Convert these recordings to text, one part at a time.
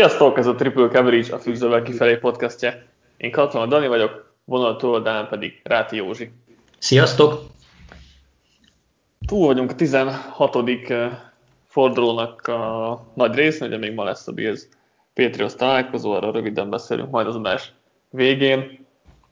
Sziasztok, ez a Triple Coverage, a Függővel kifelé podcastje. Én Katona Dani vagyok, vonal túloldalán pedig Ráti Józsi. Sziasztok! Túl vagyunk a 16. fordulónak a nagy részén, ugye még ma lesz a Bills Patriots találkozó, arra röviden beszélünk majd az adás végén.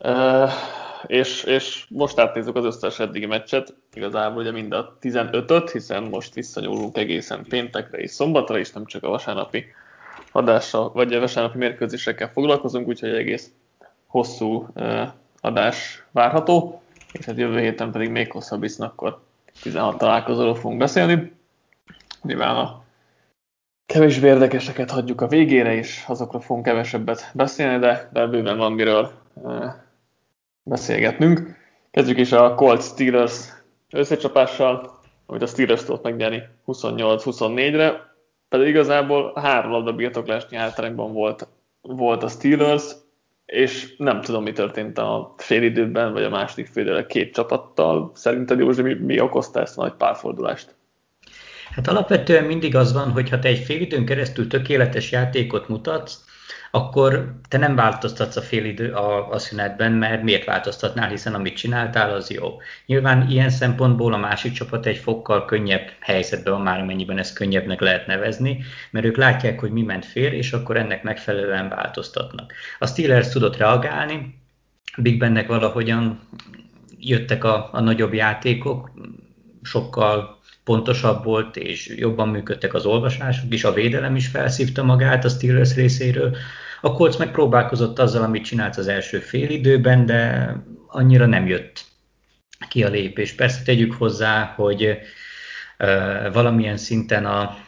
És most átnézzük az összes eddigi meccset, igazából ugye mind a 15-öt, hiszen most visszanyúlunk egészen péntekre és szombatra, és nem csak a vasárnapi adással, vagy a vasárnapi mérkőzésekkel foglalkozunk, úgyhogy egész hosszú adás várható, és hát jövő héten pedig még hosszabb, hiszen akkor 16 találkozóról fogunk beszélni. Nyilván a kevésbé érdekeseket hagyjuk a végére, és azokra fogunk kevesebbet beszélni, de bőven van miről beszélgetnünk. Kezdjük is a Colts Steelers összecsapással, amit a Steelers tudott megnyerni 28-24-re, pedig igazából 3 labda birtoklásnyi hátrányban volt a Steelers, és nem tudom, mi történt a félidőben, vagy a második félidőben két csapattal. Szerinted, Józsi, mi okozta ezt a nagy párfordulást? Hát alapvetően mindig az van, hogy ha te egy félidőn keresztül tökéletes játékot mutatsz, akkor te nem változtatsz a félidő a szünetben, mert miért változtatnál, hiszen amit csináltál, az jó. Nyilván ilyen szempontból a másik csapat egy fokkal könnyebb helyzetben van, már amennyiben ezt könnyebbnek lehet nevezni, mert ők látják, hogy mi ment félre, és akkor ennek megfelelően változtatnak. A Steelers tudott reagálni, Big Bennek valahogyan jöttek a nagyobb játékok, sokkal pontosabb volt, és jobban működtek az olvasások is, a védelem is felszívta magát a Steelers részéről. A Colts megpróbálkozott azzal, amit csinált az első félidőben, de annyira nem jött ki a lépés. Persze tegyük hozzá, hogy valamilyen szinten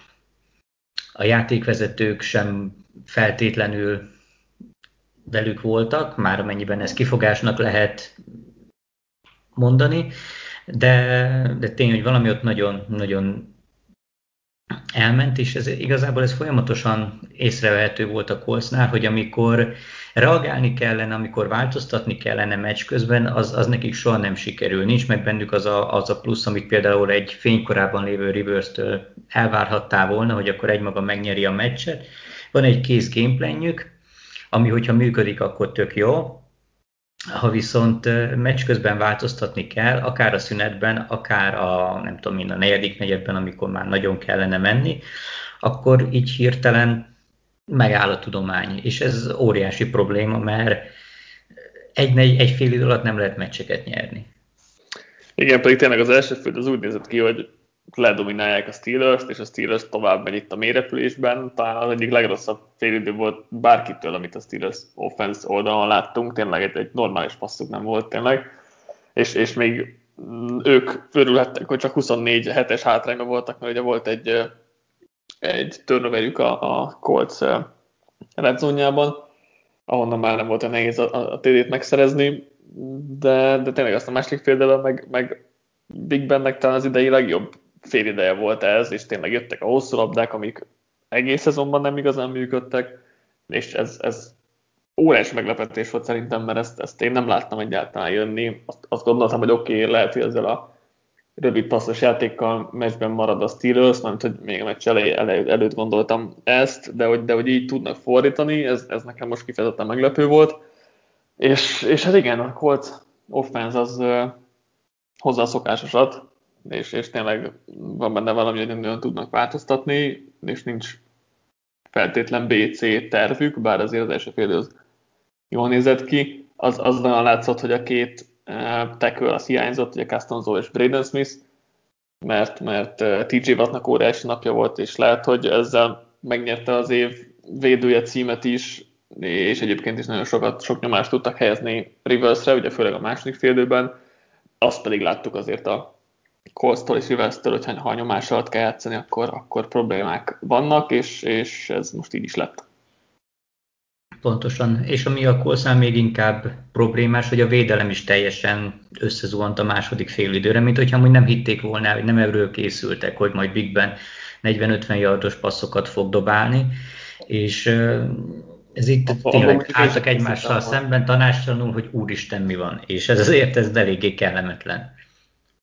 a játékvezetők sem feltétlenül velük voltak, már amennyiben ezt kifogásnak lehet mondani, de tény, hogy valami ott nagyon, nagyon elment, és igazából ez folyamatosan észrevehető volt a Coltsnál, hogy amikor reagálni kellene, amikor változtatni kellene meccs közben, az nekik soha nem sikerül. Nincs meg bennük az a plusz, amit például egy fénykorában lévő Rivers-től elvárhattál volna, hogy akkor egymaga megnyeri a meccset. Van egy kész gameplanjük, ami hogyha működik, akkor tök jó. Ha viszont meccs közben változtatni kell, akár a szünetben, akár a negyedik negyedben, amikor már nagyon kellene menni, akkor így hirtelen megáll a tudomány. És ez óriási probléma, mert egy fél idő alatt nem lehet meccseket nyerni. Igen, pedig tényleg az első fél az úgy nézett ki, hogy ledominálják a Steelers-t, és a Steelers tovább megy itt a mélyrepülésben. Talán az egyik legrosszabb félidő volt bárkitől, amit a Steelers offense oldalon láttunk. Tényleg egy normális passzuk nem volt tényleg. És még ők örülhettek, hogy csak 24-7-es hátrányban voltak, mert ugye volt egy turnoverjük a Colts red zone-jában, ahonnan már nem volt olyan nehéz a TD-t megszerezni, de tényleg azt a második félidőben meg Big Bennek talán az idei legjobb félideje volt ez, és tényleg jöttek a hosszú labdák, amik egész szezonban nem igazán működtek, és ez óriási meglepetés volt szerintem, mert ezt én nem láttam egyáltalán jönni. Azt gondoltam, hogy oké, lehet, hogy ezzel a rövid passzos játékkal meccsben marad a Steelers, mert hogy még a meccs előtt gondoltam ezt, de hogy így tudnak fordítani, ez nekem most kifejezetten meglepő volt. És hát igen, a Colts offense az hozzá a szokásosat, és tényleg van benne valami, hogy nem nagyon tudnak változtatni, és nincs feltétlen BC tervük, bár azért az első fél az jól nézett ki. Az nagyon látszott, hogy a két tackle az hiányzott, ugye Castonzo és Braden Smith, mert TJ Wattnak óriási napja volt, és lehet, hogy ezzel megnyerte az év védője címet is, és egyébként is nagyon sok nyomást tudtak helyezni Riversre, ugye főleg a második félidőben. Azt pedig láttuk azért a Colts-tól és Rivers-től, hogy ha nyomás alatt kell játszani, akkor problémák vannak, és ez most így is lett. Pontosan, és ami a Coltsnál még inkább problémás, hogy a védelem is teljesen összezuhant a második félidőre, mint hogyha amúgy nem hitték volna, hogy nem erről készültek, hogy majd Big Ben 40-50 yardos passzokat fog dobálni, és ez itt tényleg álltak egymással szemben tanástalanul, hogy úristen mi van, és ez azért ez eléggé kellemetlen.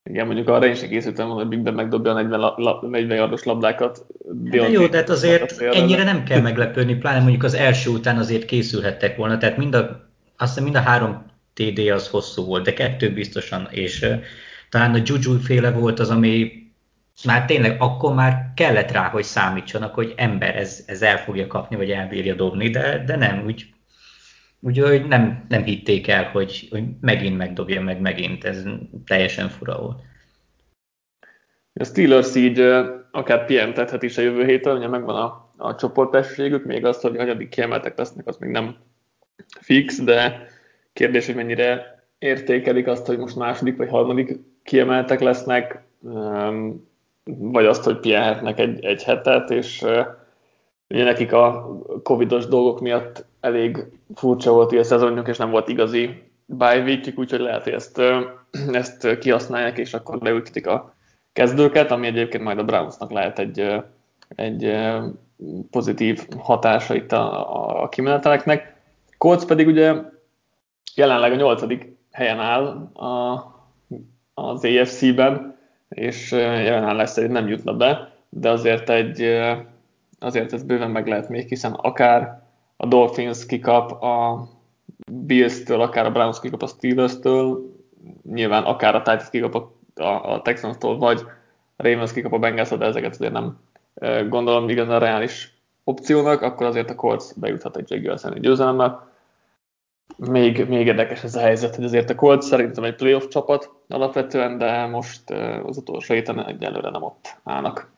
Igen, mondjuk arra én sem készültem, hogy Big Ben megdobja a 40 yardos labdákat. De jó, de hát azért ennyire nem kell meglepődni, pláne mondjuk az első után azért készülhettek volna, tehát azt hiszem mind a 3 TD az hosszú volt, de 2 biztosan, és talán a Juju féle volt az, ami már tényleg akkor már kellett rá, hogy számítsanak, hogy ember ez el fogja kapni, vagy elbírja dobni, de nem, úgy nem hitték el, hogy megint megdobja meg megint, ez teljesen fura volt. A Steelers így akár pihentethet is a jövő héten, ugye megvan a csoportességük, még azt, hogy hanyadik kiemeltek lesznek, az még nem fix, de kérdés, hogy mennyire értékelik azt, hogy most második vagy harmadik kiemeltek lesznek, vagy azt, hogy pihenhetnek egy hetet, és ugye nekik a covidos dolgok miatt elég furcsa volt a szezonjuk, és nem volt igazi bye weekjük, úgyhogy lehet, hogy ezt kihasználják, és akkor leültetik a kezdőket, ami egyébként majd a Brownsnak lehet egy pozitív hatása itt a kimeneteleknek. Colts pedig ugye jelenleg a 8. helyen áll az AFC-ben, és jelen lesz, hogy nem jutna be, de azért ez bőven meg lehet még, hiszen akár a Dolphins kikap a Bills-től, akár a Browns kikap a Steelers-től, nyilván akár a Titans kikap a Texans-tól, vagy a Ravens kikap a Bengals, de ezeket azért nem gondolom igazán reális opciónak, akkor azért a Colts bejuthat egy Jaguars elleni győzelemmel. Még érdekes ez a helyzet, hogy azért a Colts szerintem egy playoff csapat alapvetően, de most az utolsó héten egyelőre nem ott állnak.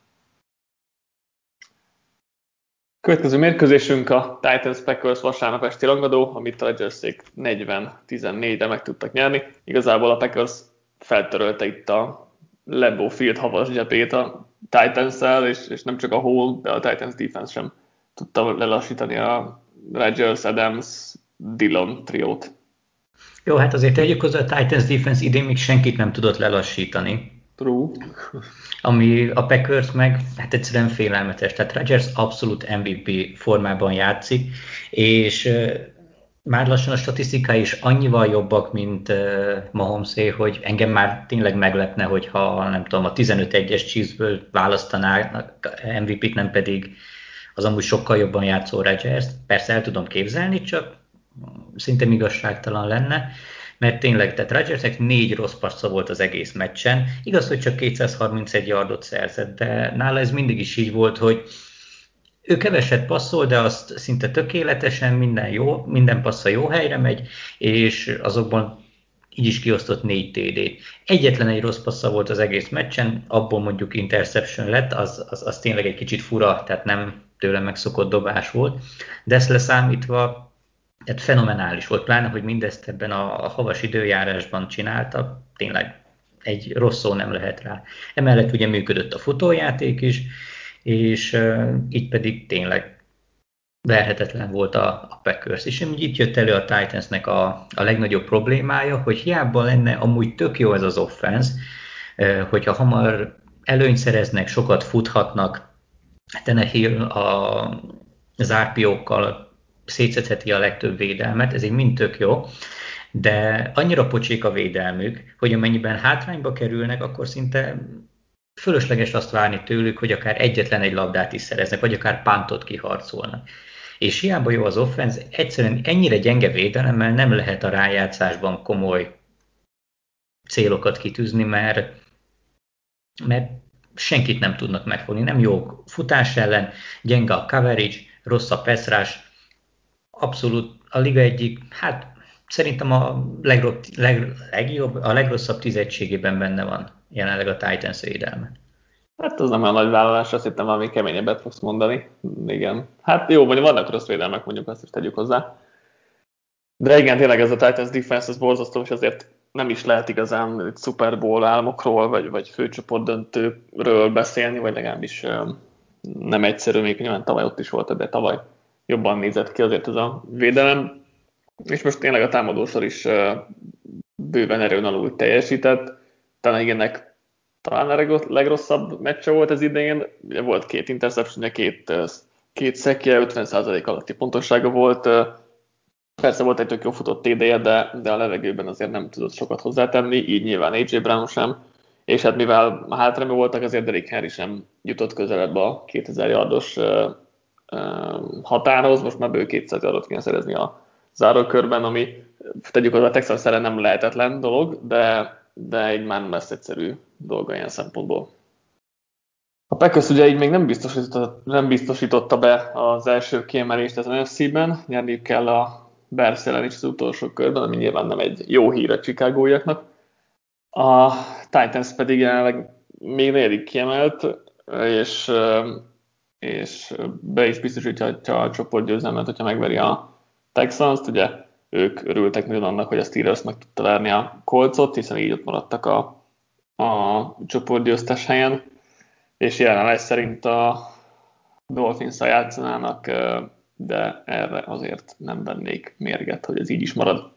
Következő mérkőzésünk a Titans-Packers vasárnap esti rangadó, amit a Rodgersék 40-14-re meg tudtak nyerni. Igazából a Packers feltörölte itt a Lambeau Field havas zsebét a Titans-szel, és nem csak a Hall, de a Titans defense sem tudta lelassítani a Rodgers, Adams, Dillon triót. Jó, hát azért tegyük hozzá, a Titans defense idén még senkit nem tudott lelassítani. True. Ami a Packers meg, hát egyszerűen félelmetes. Tehát Rodgers abszolút MVP formában játszik, és már lassan a statisztikai is annyival jobbak, mint Mahomesé, hogy engem már tényleg meglepne, hogyha nem tudom, a 15-1-es Chiefsből választanák MVP-t, nem pedig az amúgy sokkal jobban játszó Rodgers-t. Persze el tudom képzelni, csak szinte igazságtalan lenne, mert tényleg, tehát Rodgersnek 4 rossz passza volt az egész meccsen. Igaz, hogy csak 231 yardot szerzett, de nála ez mindig is így volt, hogy ő keveset passzol, de azt szinte tökéletesen, minden passza jó helyre megy, és azokban így is kiosztott 4 TD-t. Egyetlen egy rossz passza volt az egész meccsen, abból mondjuk interception lett, az tényleg egy kicsit fura, tehát nem tőle megszokott dobás volt, de ezt leszámítva tehát fenomenális volt, pláne, hogy mindezt ebben a havas időjárásban csinálta, tényleg egy rossz szó nem lehet rá. Emellett ugye működött a futójáték is, és így pedig tényleg verhetetlen volt a Packers. És itt jött elő a Titansnek a legnagyobb problémája, hogy hiába lenne amúgy tök jó ez az offense, hogyha hamar előnyt szereznek, sokat futhatnak, Tannehill az RPO-kkal szétszedheti a legtöbb védelmet, ez így mind tök jó, de annyira pocsék a védelmük, hogy amennyiben hátrányba kerülnek, akkor szinte fölösleges azt várni tőlük, hogy akár egyetlen egy labdát is szereznek, vagy akár pántot kiharcolnak. És hiába jó az offense, egyszerűen ennyire gyenge védelemmel nem lehet a rájátszásban komoly célokat kitűzni, mert senkit nem tudnak megfogni. Nem jó futás ellen, gyenge a coverage, rossz a pass rush, abszolút a liga egyik, hát szerintem a legrosszabb 10 egységében benne van jelenleg a Titans védelme. Hát az nem olyan nagy vállalás, azt hittem valami keményebbet fogsz mondani. Igen. Hát jó, vagy vannak rossz védelmek, mondjuk azt is tegyük hozzá. De igen, tényleg ez a Titans defense, ez borzasztó, és azért nem is lehet igazán Super Bowl álmokról, vagy főcsoport döntőről beszélni, vagy legalábbis nem egyszerű, még nyilván tavaly ott is volt, de tavaly jobban nézett ki azért ez a védelem. És most tényleg a támadósor is bőven erőn alul teljesített. Talán talán a legrosszabb meccse volt ez idején. Ugye volt 2 interception, két szekje, 50% alatti pontossága volt. Persze volt egy tök jó futott TD-je, de a levegőben azért nem tudott sokat hozzátenni, így nyilván AJ Brown sem. és hát mivel hátrányban voltak, azért Derrick Henry sem jutott közelebb a 2000 yardos határhoz, most már bő 200 yardot kéne szerezni a zárókörben, ami tegyük az a Texans ellen nem lehetetlen dolog, de egy már nem lesz egyszerű dolga ilyen szempontból. A Packers ugye így még nem biztosította be az első kiemelést az NFC-ben, nyerniük kell a Bears ellen is az utolsó körben, ami nyilván nem egy jó hír a Chicagóiaknak. A Titans pedig jelenleg még negyedik kiemelt, és be is biztosítja a csoportgyőzelmet, hogyha megveri a Texans-t. Ugye ők örültek nagyon annak, hogy a Steelers meg tudta verni a Coltsot, hiszen így ott maradtak a csoportgyőztes helyen, és jelenleg szerint a Dolphins-szal játszanának, de erre azért nem vennék mérget, hogy ez így is marad.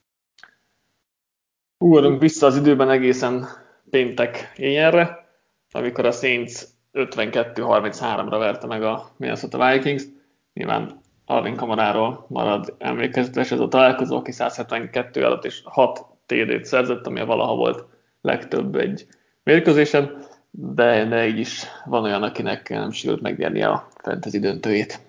Ugorunk vissza az időben egészen péntek éjjelre, amikor a Saints 52-33-ra verte meg a Minnesota Vikings. Nyilván Alvin Kamaráról marad emlékezetes ez a találkozó, aki 172 alatt és 6 TD-t szerzett, ami valaha volt legtöbb egy mérkőzésen, de így is van olyan, akinek nem sikerült megnyerni a fantasy döntőjét.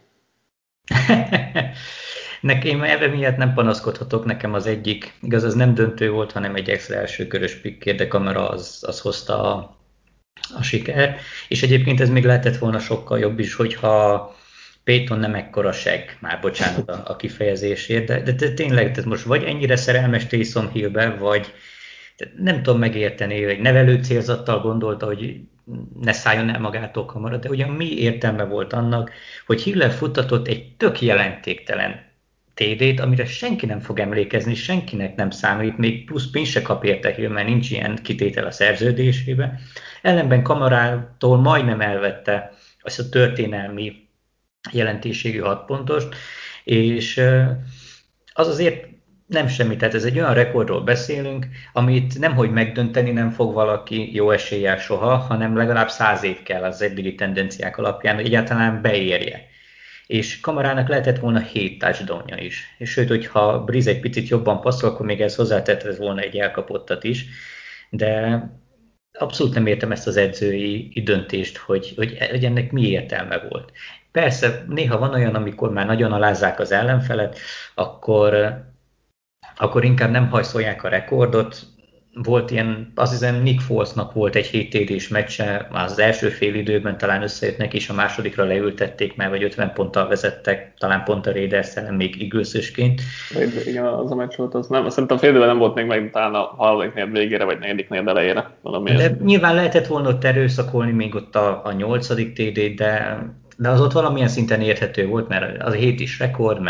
Nekem ebben miatt nem panaszkodhatok, nekem az egyik, igaz, az nem döntő volt, hanem egy extra első körös pick, de Kamara az hozta a siker. És egyébként ez még lehetett volna sokkal jobb is, hogyha Peyton nem ekkora segg, már bocsánat a kifejezésért, de tényleg, tehát most vagy ennyire szerelmes Taysom Hillbe, vagy nem tudom megérteni, hogy nevelő célzattal gondolta, hogy ne szálljon el magától Kamara, de ugyan mi értelme volt annak, hogy Hiller futtatott egy tök jelentéktelen TD-t, amire senki nem fog emlékezni, senkinek nem számít, még plusz pénzt se kap érte Hill, mert nincs ilyen kitétel a szerződésébe. Ellenben Kamarától majdnem elvette azt a történelmi jelentőségű 6 pontost, és az azért nem semmi, tehát ez egy olyan rekordról beszélünk, amit nemhogy megdönteni nem fog valaki jó eséllyel soha, hanem legalább 100 év kell az eddigi tendenciák alapján, hogy egyáltalán beérje. És Kamarának lehetett volna 7 touchdownja is. És sőt, hogyha Breeze egy picit jobban passzol, akkor még ez hozzátett volna egy elkapottat is. De abszolút nem értem ezt az edzői döntést, hogy ennek mi értelme volt. Persze, néha van olyan, amikor már nagyon alázzák az ellenfelet, akkor inkább nem hajszolják a rekordot. Volt ilyen, azt hiszem Nick Folesnak volt egy 7 TD-s meccse, az első fél időben talán összejött neki, és a másodikra leültették már, vagy 50 ponttal vezettek, talán pont a Raiders ellen még Eagles-ösként. Igen, az a meccs volt, az nem, szerintem fél időben nem volt még meg, talán a harmadik negyed végére, vagy negyedik negyed elejére. De nyilván lehetett volna ott erőszakolni még ott a 8. TD-t, de az ott valamilyen szinten érthető volt, mert az a 7 is rekord,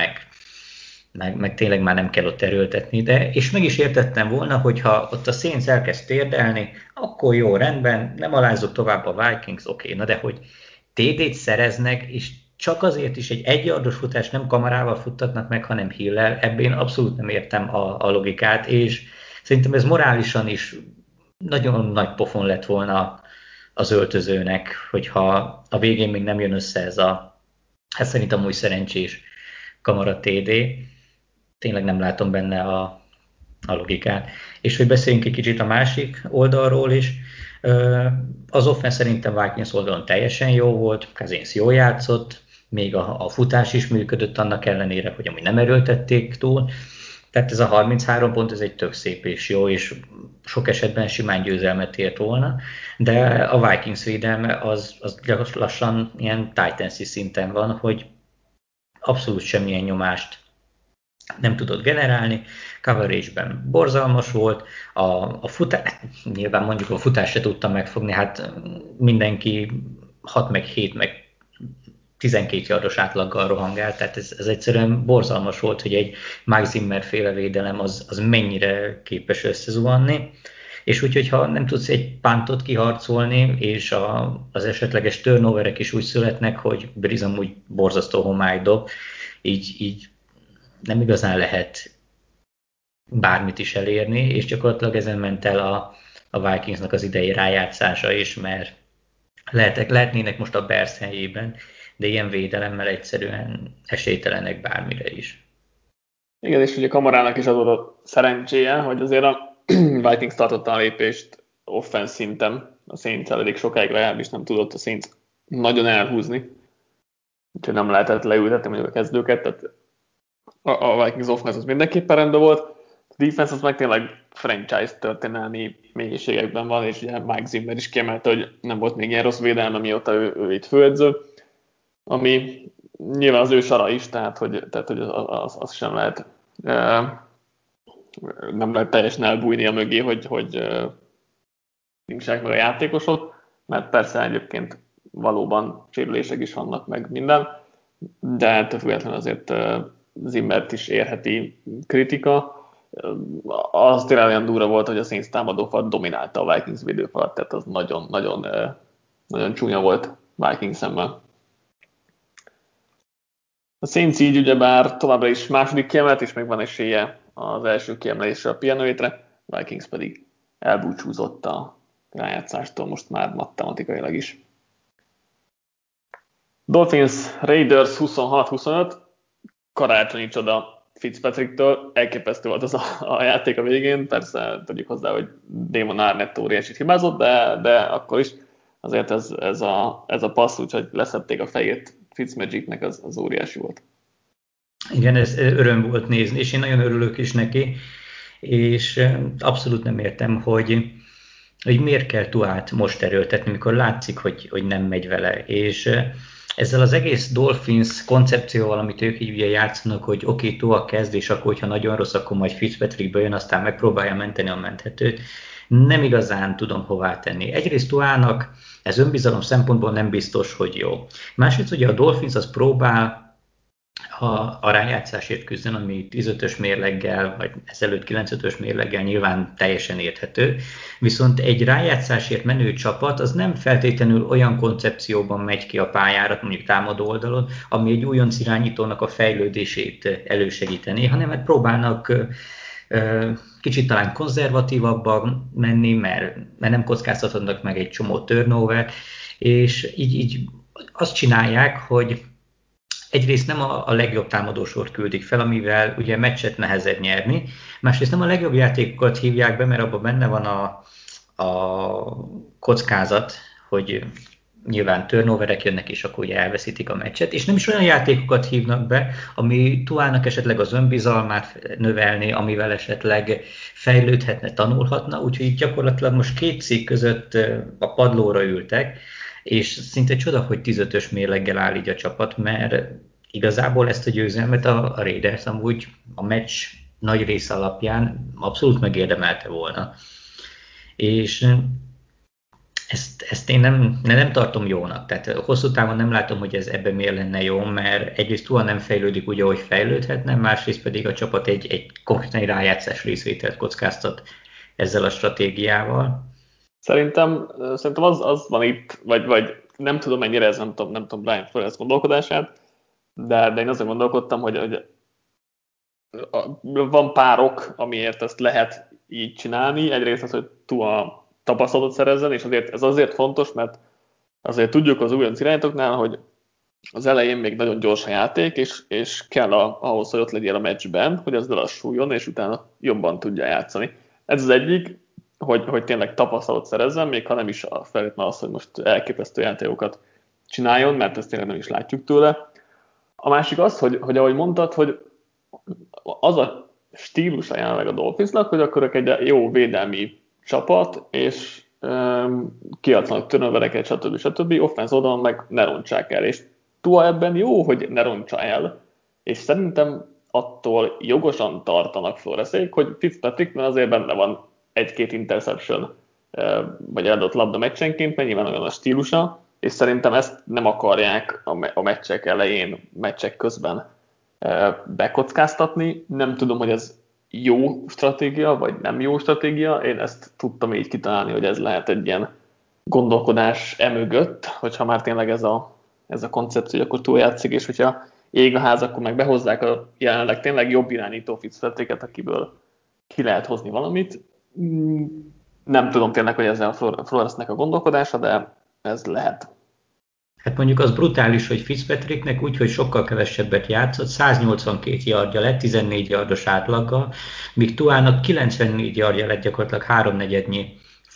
meg tényleg már nem kell ott erőltetni, és meg is értettem volna, hogyha ott a Saints elkezd térdelni, akkor jó, rendben, nem alázzuk tovább a Vikings, oké, na de hogy TD-t szereznek, és csak azért is egy egyardos futás nem Kamarával futtatnak meg, hanem Hillel, ebben én abszolút nem értem a logikát, és szerintem ez morálisan is nagyon nagy pofon lett volna az öltözőnek, hogyha a végén még nem jön össze ez hát szerintem új szerencsés Kamara TD. Tényleg nem látom benne a logikát. És hogy beszéljünk egy kicsit a másik oldalról is, az offense szerintem Vikings oldalon teljesen jó volt, Cousins jól játszott, még a futás is működött annak ellenére, hogy amúgy nem erőltették túl. Tehát ez a 33 pont, ez egy tök szép és jó, és sok esetben simán győzelmet ért volna, de a Vikings védelme az lassan ilyen Titans-i szinten van, hogy abszolút semmilyen nyomást nem tudott generálni, coverage-ben borzalmas volt, a futás, nyilván mondjuk a futás se tudta megfogni, hát mindenki 6 meg 7 meg 12 yardos átlaggal rohangált, tehát ez egyszerűen borzalmas volt, hogy egy Mike Zimmer féle védelem az mennyire képes összezuhanni, és úgyhogy ha nem tudsz egy pántot kiharcolni, és az esetleges turnoverek is úgy születnek, hogy Breeze amúgy borzasztó homály dob, így nem igazán lehet bármit is elérni, és gyakorlatilag ezen ment el a Vikingsnak az idei rájátszása is, mert lehetnének most a Bears helyében, de ilyen védelemmel egyszerűen esélytelenek bármire is. Igen, és ugye Kamarának is az volt a szerencséje, hogy azért a Vikings tartotta a lépést offense szinten a Saints elég sokáig legalábbis nem tudott a Saints nagyon elhúzni, úgyhogy nem lehetett leültetni mondjuk a kezdőket, tehát a Vikings offense az mindenképpen rendben volt, a defense az meg tényleg franchise történelmi mélységekben van, és ugye Mike Zimmer is kiemelte, hogy nem volt még ilyen rossz védelme, mióta ő itt főedző, ami nyilván az ő sara is, tehát hogy az sem lehet nem lehet teljesen elbújni a mögé, hogy nincsenek meg a játékosok, mert persze egyébként valóban sérülések is vannak meg minden, de ettől függetlenül azért Zimmert is érheti kritika. Az tényleg olyan durva volt, hogy a Saints támadófal dominálta a Vikings védőfalat, tehát az nagyon csúnya volt Vikings szemmel. A Saints így ugyebár továbbra is második kiemelt, és még van esélye az első kiemelésre a pihenőétre, Vikings pedig elbúcsúzott a rájátszástól most már matematikailag is. Dolphins Raiders 26-25, karácsonyi csoda Fitzpatricktől, elképesztő volt az a játék a végén, persze tudjuk hozzá, hogy Damon Arnett óriásit hibázott, de akkor is azért ez a passz, úgyhogy leszedték a fejét Fitzmagicnek, az óriási volt. Igen, ez öröm volt nézni, és én nagyon örülök is neki, és abszolút nem értem, hogy miért kell Tuát most erőltetni, mikor látszik, hogy nem megy vele, és ezzel az egész Dolphins koncepcióval, amit ők így ugye játszanak, hogy oké, Tua kezd, és akkor, hogyha nagyon rossz, akkor majd Fitzpatrick bejön, aztán megpróbálja menteni a menthetőt, nem igazán tudom hová tenni. Egyrészt Tuának ez önbizalom szempontból nem biztos, hogy jó. Másrészt ugye a Dolphins az próbál a rájátszásért küzdeni, ami 15-ös mérleggel, vagy ezelőtt 9-5-ös mérleggel nyilván teljesen érthető, viszont egy rájátszásért menő csapat az nem feltétlenül olyan koncepcióban megy ki a pályára, mondjuk támadó oldalon, ami egy újonc irányítónak a fejlődését elősegíteni, hanem hát próbálnak kicsit talán konzervatívabban menni, mert nem kockáztatnak meg egy csomó turnover, és így azt csinálják, hogy egyrészt nem a legjobb támadósort küldik fel, amivel ugye meccset nehezebb nyerni, másrészt nem a legjobb játékokat hívják be, mert abban benne van a kockázat, hogy nyilván turnoverek jönnek, és akkor ugye elveszítik a meccset, és nem is olyan játékokat hívnak be, ami Tuának esetleg az önbizalmát növelni, amivel esetleg fejlődhetne, tanulhatna, úgyhogy gyakorlatilag most két cég között a padlóra ültek, és szinte csoda, hogy 15-ös mérleggel áll így a csapat, mert igazából ezt a győzelmet a Raiders amúgy a meccs nagy része alapján abszolút megérdemelte volna. És ezt én nem tartom jónak, tehát hosszú távon nem látom, hogy ez ebben miért lenne jó, mert egyrészt Tua nem fejlődik úgy, ahogy fejlődhetne, másrészt pedig a csapat egy konkrétan rájátszás részvételt kockáztat ezzel a stratégiával. Szerintem az van itt, vagy nem tudom mennyire ez, nem tudom Brian Flores gondolkodását, de én azért gondolkodtam, hogy van párok, amiért ezt lehet így csinálni. Egyrészt az, hogy Tua tapasztalatot szerezzen, és ez azért fontos, mert azért tudjuk az újonc irányítóknál, hogy az elején még nagyon gyors a játék, és kell ahhoz, hogy ott legyél a meccsben, hogy ez lelassuljon, és utána jobban tudja játszani. Ez az egyik, hogy tényleg tapasztalatot szerezzen, még ha nem is feltétlenül az, hogy most elképesztő játékokat csináljon, mert ezt tényleg nem is látjuk tőle. A másik az, hogy ahogy mondtad, hogy az a stílusa jelenleg a Dolphinsnak, hogy akkor ők egy jó védelmi csapat, és kiadnak turnovereket, stb. Offense oldalon meg ne rontsák el. És Tua ebben jó, hogy ne rontsa el, és szerintem attól jogosan tartanak Floreszék, hogy Fitzpatrickben azért benne van egy-két interception, vagy eladott labda meccsenként, mert nyilván olyan a stílusa, és szerintem ezt nem akarják a meccsek elején, meccsek közben bekockáztatni. Nem tudom, hogy ez jó stratégia, vagy nem jó stratégia. Én ezt tudtam így kitalálni, hogy ez lehet egy ilyen gondolkodás emögött, hogyha már tényleg ez a koncepció, hogy akkor túljátszik, és hogyha ég a ház, akkor meg behozzák a jelenleg tényleg jobb irányító Fitzpatricket, akiből ki lehet hozni valamit. Nem tudom tényleg, hogy ezzel a Floresnek a gondolkodása, de ez lehet. Hát mondjuk az brutális, hogy Fitzpatricknek úgy, hogy sokkal kevesebbet játszott, 182 yardja lett, 14 yardos átlaggal, míg Tuának 94 yardja lett gyakorlatilag háromnegyednyi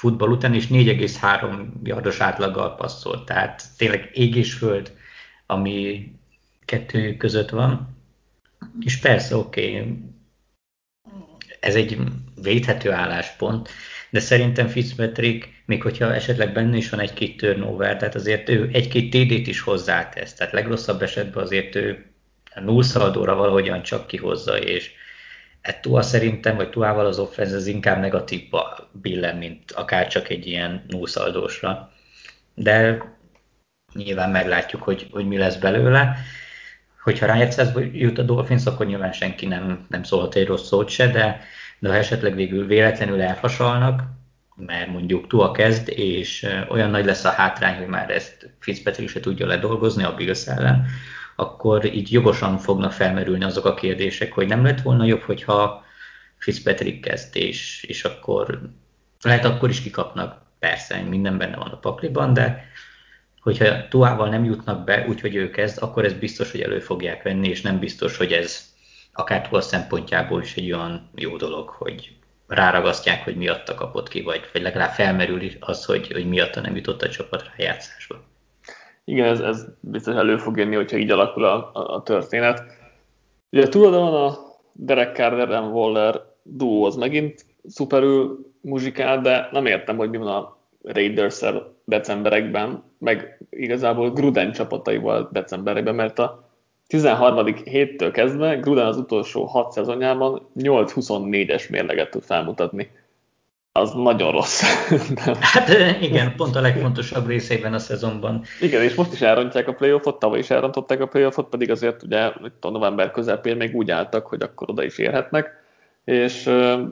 futball után, és 4,3 yardos átlaggal passzolt. Tehát tényleg ég és föld, ami kettő között van. És persze, oké, ez egy védhető álláspont, de szerintem Fitzpatrick, még hogyha esetleg benne is van egy-két turnover, tehát azért ő egy-két TD-t is hozzátesz, tehát legrosszabb esetben azért ő nullszaldóra valahogyan csak kihozza, és Tua szerintem, vagy Tuával az offense az inkább negatívba billen, mint akár csak egy ilyen nullszaldósra. De nyilván meglátjuk, hogy mi lesz belőle. Hogyha rájátszásba jut a Dolphins, akkor nyilván senki nem szólhat egy rossz szót se, de ha esetleg végül véletlenül elfasalnak, mert mondjuk Tua kezd, és olyan nagy lesz a hátrány, hogy már ezt Fitzpatrick se tudja ledolgozni a Bills ellen, akkor így jogosan fognak felmerülni azok a kérdések, hogy nem lett volna jobb, hogyha Fitzpatrick kezd, és akkor lehet akkor is kikapnak, persze, minden benne van a pakliban, de hogyha Tuával nem jutnak be, úgyhogy ő kezd, akkor ez biztos, hogy elő fogják venni, és nem biztos, hogy ez akár Tua szempontjából is egy olyan jó dolog, hogy ráragasztják, hogy miatta kapott ki, vagy legalább felmerül az, hogy miatta nem jutott a csapat rájátszásba. Igen, ez biztos elő fog jönni, hogyha így alakul a történet. Ugye túloldalon a Derek Carr, Darren Waller duó az megint szuperül muzsikál, de nem értem, hogy mi van a Raiders-szel decemberekben, meg igazából Gruden csapataival decemberekben, mert a 13. héttől kezdve Gruden az utolsó 6 szezonjában 8-24-es mérleget tud felmutatni. Az nagyon rossz. Hát igen, pont a legfontosabb részében a szezonban. Igen, és most is elrontják a playoffot, tavaly is elrontották a playoffot, pedig azért ugye a november közepén még úgy álltak, hogy akkor oda is érhetnek, és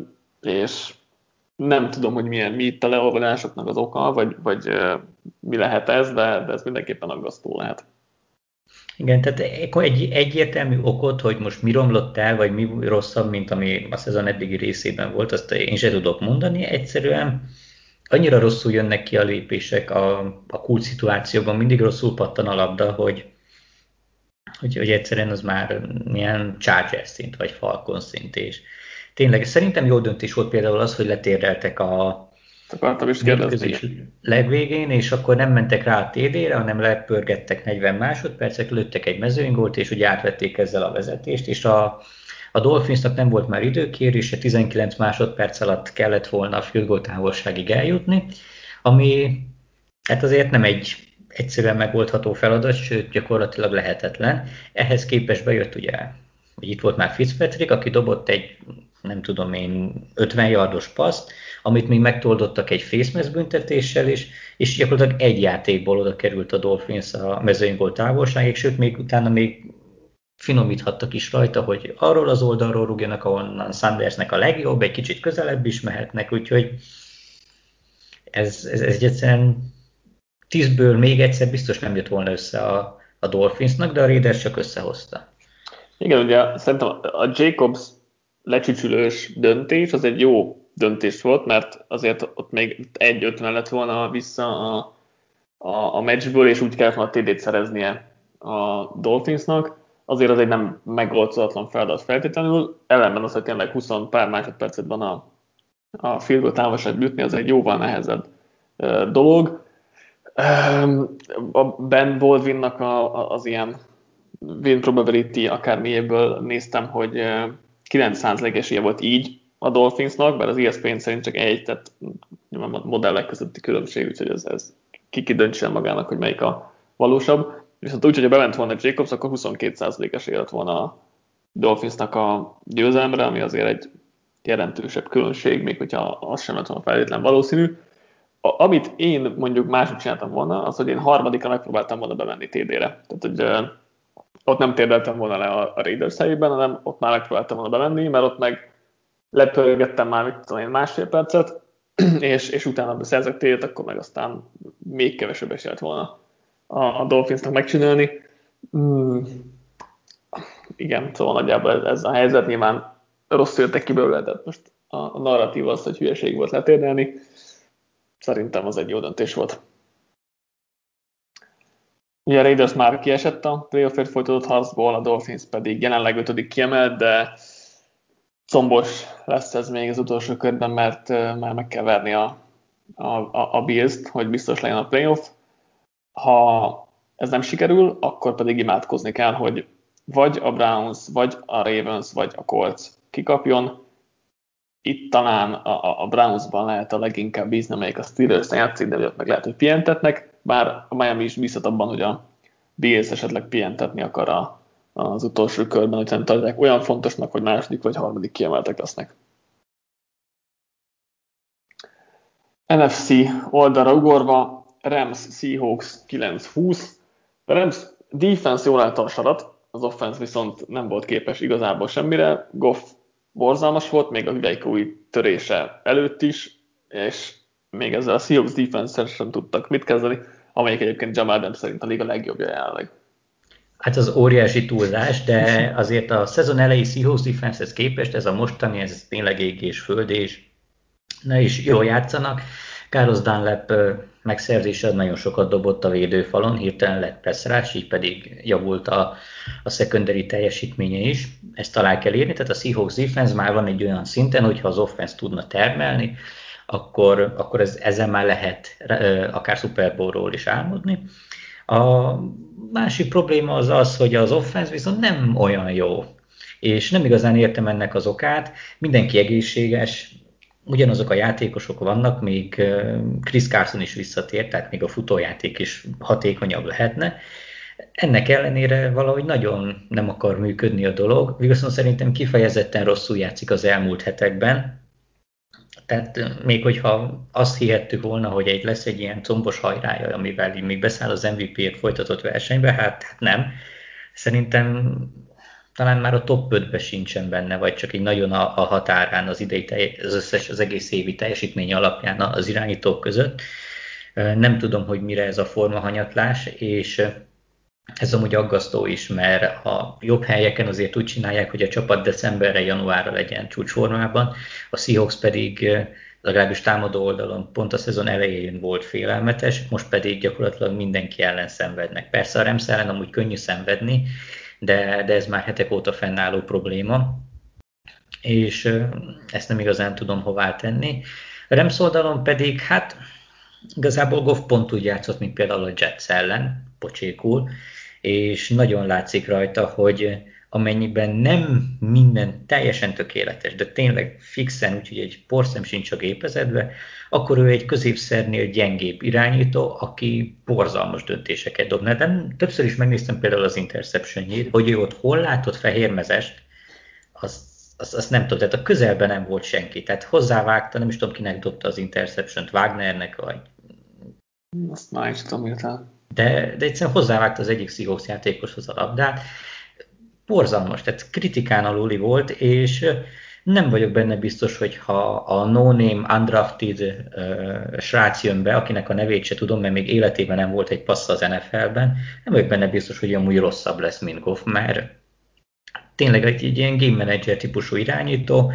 nem tudom, hogy mi itt a leolvadásoknak az oka, vagy mi lehet ez, de ez mindenképpen aggasztó lehet. Igen, tehát egy egyértelmű okot, hogy most mi romlott el, vagy mi rosszabb, mint ami a szezon eddigi részében volt, azt én sem tudok mondani. Egyszerűen annyira rosszul jönnek ki a lépések a kult szituációban, mindig rosszul pattan a labda, hogy egyszerűen az már milyen Chargers szint, vagy Falcon szint, és tényleg szerintem jó döntés volt például az, hogy letérdeltek a legvégén, és akkor nem mentek rá a TD-re, hanem lepörgettek 40 másodpercek, lőttek egy mezőnygólt, és ugye átvették ezzel a vezetést, és a Dolphinsnak nem volt már időkérése, 19 másodperc alatt kellett volna a field goal távolságig eljutni, ami hát azért nem egy egyszerűen megoldható feladat, sőt gyakorlatilag lehetetlen. Ehhez képest bejött ugye, hogy itt volt már Fitzpatrick, aki dobott egy, nem tudom én, 50 yardos paszt, amit még megtoldottak egy face mask büntetéssel is, és gyakorlatilag egy játékból oda került a Dolphins a mezőnygól távolságig, sőt még utána még finomíthattak is rajta, hogy arról az oldalról rúgjanak, ahonnan Sandersnek a legjobb, egy kicsit közelebb is mehetnek, úgyhogy ez egyszerűen 10-ből még egyszer biztos nem jött volna össze a Dolphinsnak, de a Raiders csak összehozta. Igen, ugye szerintem a Jacobs lecsücsülős döntés az egy jó döntés volt, mert azért ott még 1-50 lett volna vissza a meccsből, és úgy kellett volna TD-t szereznie a Dolphinsnak. Azért az egy nem megoldhatatlan feladat feltétlenül. Ellenben az, hogy tényleg 20 pár másodpercet van a field goal távolság ütni, az egy jóval nehezebb dolog. A Ben Baldwinnak az ilyen win probability akármilyéből néztem, hogy 9% esélye volt így a Dolphinsnak, bár az ESPN szerint csak egy, tehát nyilván a modellek közötti különbség, úgyhogy ez ki döntse magának, hogy melyik a valósabb. Viszont úgy, hogyha bement volna Jacobs, akkor 22% esélye lett volna a Dolphinsnak a győzelemre, ami azért egy jelentősebb különbség, még hogyha az sem lett volna feltétlenül valószínű. Amit én mondjuk máshogy csináltam volna, az, hogy én harmadikra megpróbáltam volna bemenni TD-re. Tehát, hogy ott nem térdeltem volna le a Raiders helyében, hanem ott már megpróbáltam volna bemenni, mert ott meg lepörgettem már, mit tudom én, másfél percet, és utána beszerzek TD-t, akkor meg aztán még kevesebb esély lett volna a Dolphinsnak megcsinálni. Igen, szóval nagyjából ez a helyzet, nyilván rosszul jöttek ki belőle, tehát most a narratív az, hogy hülyeség volt letérdelni. Szerintem az egy jó döntés volt. Ugye a Raiders már kiesett a playoffért folytatott harcból, a Dolphins pedig jelenleg 5. kiemelt, de combos lesz ez még az utolsó körben, mert már meg kell verni a a Bills-t, hogy biztos legyen a playoff. Ha ez nem sikerül, akkor pedig imádkozni kell, hogy vagy a Browns, vagy a Ravens, vagy a Colts kikapjon. Itt talán a Brownsban lehet a leginkább bízni, amelyik a Steelers-en játszik, de meg lehet, hogy pihentetnek, bár a Miami is bízhat abban, hogy a Bills esetleg pihentetni akar az utolsó körben, hogy nem tartják olyan fontosnak, hogy második vagy harmadik kiemeltek lesznek. NFC oldalra ugorva, Rams Seahawks 9-20. A Rams defense jól állta a sarat, az offense viszont nem volt képes igazából semmire. Goff borzalmas volt, még a hüvelykúj törése előtt is, és még ezzel a Seahawks defense-sel sem tudtak mit kezdeni, amelyik egyébként Jamal Adams szerint a liga legjobbja jelenleg. Hát az óriási túlzás, de azért a szezon elejé Seahawks defense-hez képest ez a mostani, ez tényleg ég és föld, és ne is jól játszanak. Carlos Dunlap megszerzése nagyon sokat dobott a védőfalon, hirtelen lett pass, így pedig javult a secondary teljesítménye is. Ezt talán kell érni, tehát a Seahawks defense már van egy olyan szinten, hogyha az offense tudna termelni, akkor ezzel már lehet akár Super Bowl-ról is álmodni. A másik probléma az az, hogy az offense viszont nem olyan jó, és nem igazán értem ennek az okát. Mindenki egészséges, ugyanazok a játékosok vannak, még Chris Carson is visszatért, tehát még a futójáték is hatékonyabb lehetne. Ennek ellenére valahogy nagyon nem akar működni a dolog, viszont szerintem kifejezetten rosszul játszik az elmúlt hetekben. Tehát még hogyha azt hihettük volna, hogy lesz egy ilyen combos hajrája, amivel még beszáll az MVP-ért folytatott versenybe, hát nem. Szerintem talán már a top 5-be sincsen benne, vagy csak egy nagyon a határán az egész évi teljesítmény alapján az irányítók között. Nem tudom, hogy mire ez a formahanyatlás, és ez amúgy aggasztó is, mert a jobb helyeken azért úgy csinálják, hogy a csapat decemberre, januárra legyen csúcsformában, a Seahawks pedig legalábbis támadó oldalon pont a szezon elején volt félelmetes, most pedig gyakorlatilag mindenki ellen szenvednek. Persze a Rams ellen amúgy könnyű szenvedni, de ez már hetek óta fennálló probléma, és ezt nem igazán tudom hová tenni. A Rams oldalon pedig, hát igazából Goff pont úgy játszott, mint például a Jets ellen, pocsékul, és nagyon látszik rajta, hogy amennyiben nem minden teljesen tökéletes, de tényleg fixen, úgyhogy egy porszem sincs a gépezetbe, akkor ő egy középszernél gyengébb irányító, aki borzalmas döntéseket dobna. De többször is megnéztem például az interceptionjét, hogy ő ott hol látott fehérmezest, azt nem tudom, tehát a közelben nem volt senki. Tehát hozzávágta, nem is tudom, kinek dobta az interceptiont, Wagnernek, vagy... Azt már is tudom írtál. De egyszerűen hozzávágta az egyik Seahawks játékoshoz a labdát. Borzalmas, tehát kritikán aluli volt, és nem vagyok benne biztos, hogy ha a no-name, undrafted srác jön be, akinek a nevét se tudom, mert még életében nem volt egy passz az NFL-ben, nem vagyok benne biztos, hogy amúgy rosszabb lesz, mint Goff, mert tényleg egy ilyen game manager típusú irányító,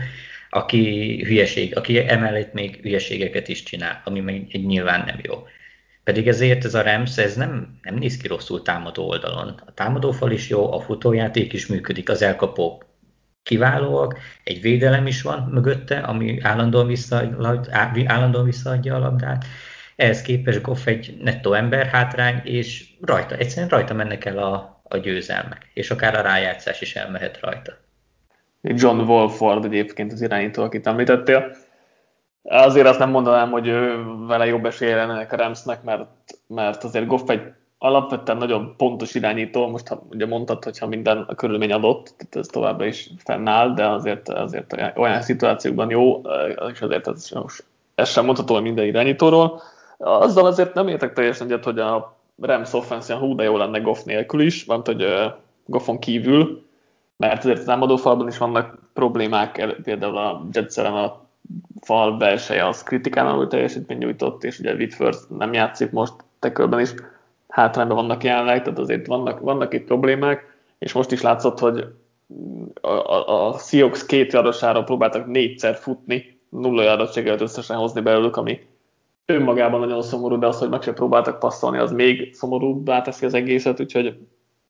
aki emellett még hülyeségeket is csinál, ami meg nyilván nem jó. Pedig ezért ez a Rams ez nem néz ki rosszul támadó oldalon. A támadófal is jó, a futójáték is működik, az elkapók kiválóak, egy védelem is van mögötte, ami állandóan visszaadja a labdát. Ehhez képest Goff egy nettó emberhátrány, és egyszerűen rajta mennek el a győzelmek, és akár a rájátszás is elmehet rajta. John Wolford egyébként az irányító, akit említettél. Azért azt nem mondanám, hogy vele jobb esélye lenne a Ramsnek, mert azért Goff egy alapvetően nagyon pontos irányító. Most ugye mondtad, hogyha minden a körülmény adott, tehát ez továbbra is fennáll, de azért olyan szituációkban jó, és azért ez sem mondható, hogy minden irányítóról. Azzal azért nem értek teljesen egyet, hogy a Rams offense de jó lenne Goff nélkül is, van, hogy Goffon kívül, mert azért a támadófalban is vannak problémák, például a Jets-ellen a fal belseje az kritikánul teljesítmény nyújtott, és ugye Whitworth nem játszik most tekölben is, hátrányban vannak jelenleg, tehát azért vannak itt problémák, és most is látszott, hogy a Seahawks 2 yardosára próbáltak 4-szer futni, 0 yardot sikerült összesen hozni belőlük, ami önmagában nagyon szomorú, de az, hogy meg sem próbáltak passzolni, az még szomorúbbá teszi az egészet, úgyhogy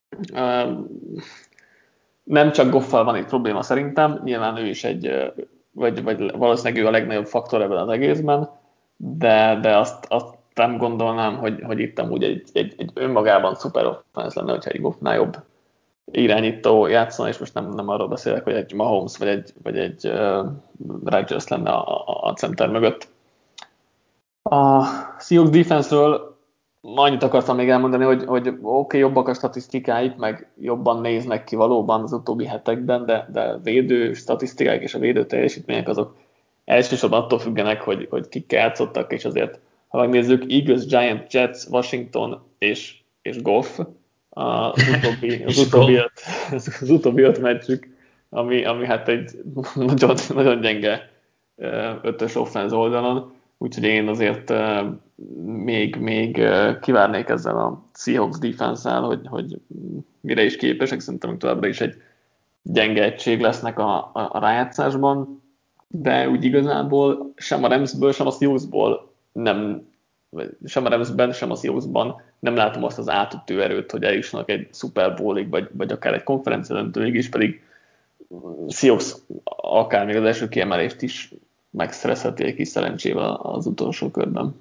nem csak Goffal van itt probléma szerintem, nyilván ő is vagy valószínűleg ő a legnagyobb faktor ebben az egészben, de azt nem gondolnám, hogy itt amúgy egy önmagában szuper offense lenne, hogyha egy Goffnál jobb irányító játszana, és most nem arról beszélek, hogy egy Mahomes vagy egy Rodgers lenne a center mögött. A Seahawks defense-ről annyit akartam még elmondani, hogy oké, jobbak a statisztikáik, meg jobban néznek ki valóban az utóbbi hetekben, de védő statisztikák és a védő teljesítmények azok elsősorban attól függenek, hogy kikkel játszottak, és azért, ha megnézzük, Eagles, Giants, Jets, Washington és Goff, az utóbbi öt meccsük, ami hát egy nagyon, nagyon gyenge ötös offense oldalon, úgyhogy én azért még kivárnék ezzel a Seahawks defense-el, hogy mire is képesek, szerintem továbbra is egy gyenge egység lesznek a rájátszásban, de úgy igazából sem a Ramsből, sem a Seahawksból sem a Ramsben, sem a Seahawksban nem látom azt az átütő erőt, hogy eljussanak egy Super Bowlig, vagy akár egy konferencia döntőig is, pedig Seahawks akár még az első kiemelést is megszerezheti egy kis szerencsével az utolsó körben.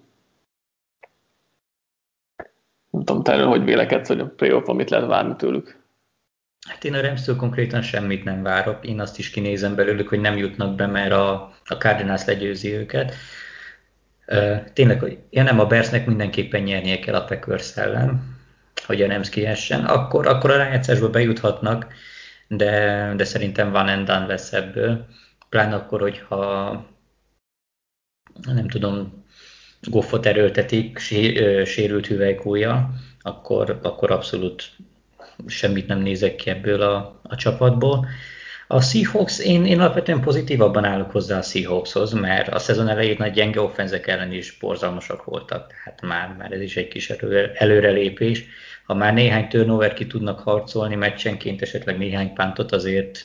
Nem tudom, te erről hogy vélekedsz, hogy a playoff-on mit lehet várni tőlük? Hát én a Ramstől konkrétan semmit nem várok. Én azt is kinézem belőlük, hogy nem jutnak be, mert a Cardinals legyőzi őket. Tényleg, hogy nem, a Bearsnek mindenképpen nyernie kell a Packers ellen, hogy a Rams kihessen. Akkor a rájátszásba bejuthatnak, de szerintem van and done lesz ebből. Pláne akkor, hogyha nem tudom, Goffot erőltetik, sérült hüvelykújja, akkor abszolút semmit nem nézek ki ebből a csapatból. A Seahawks, én alapvetően pozitívabban állok hozzá a Seahawkshoz, mert a szezon elején nagy gyenge offenzek ellen is borzalmasak voltak, tehát már ez is egy kis előrelépés. Ha már néhány turnover ki tudnak harcolni meccsenként, esetleg néhány pántot, azért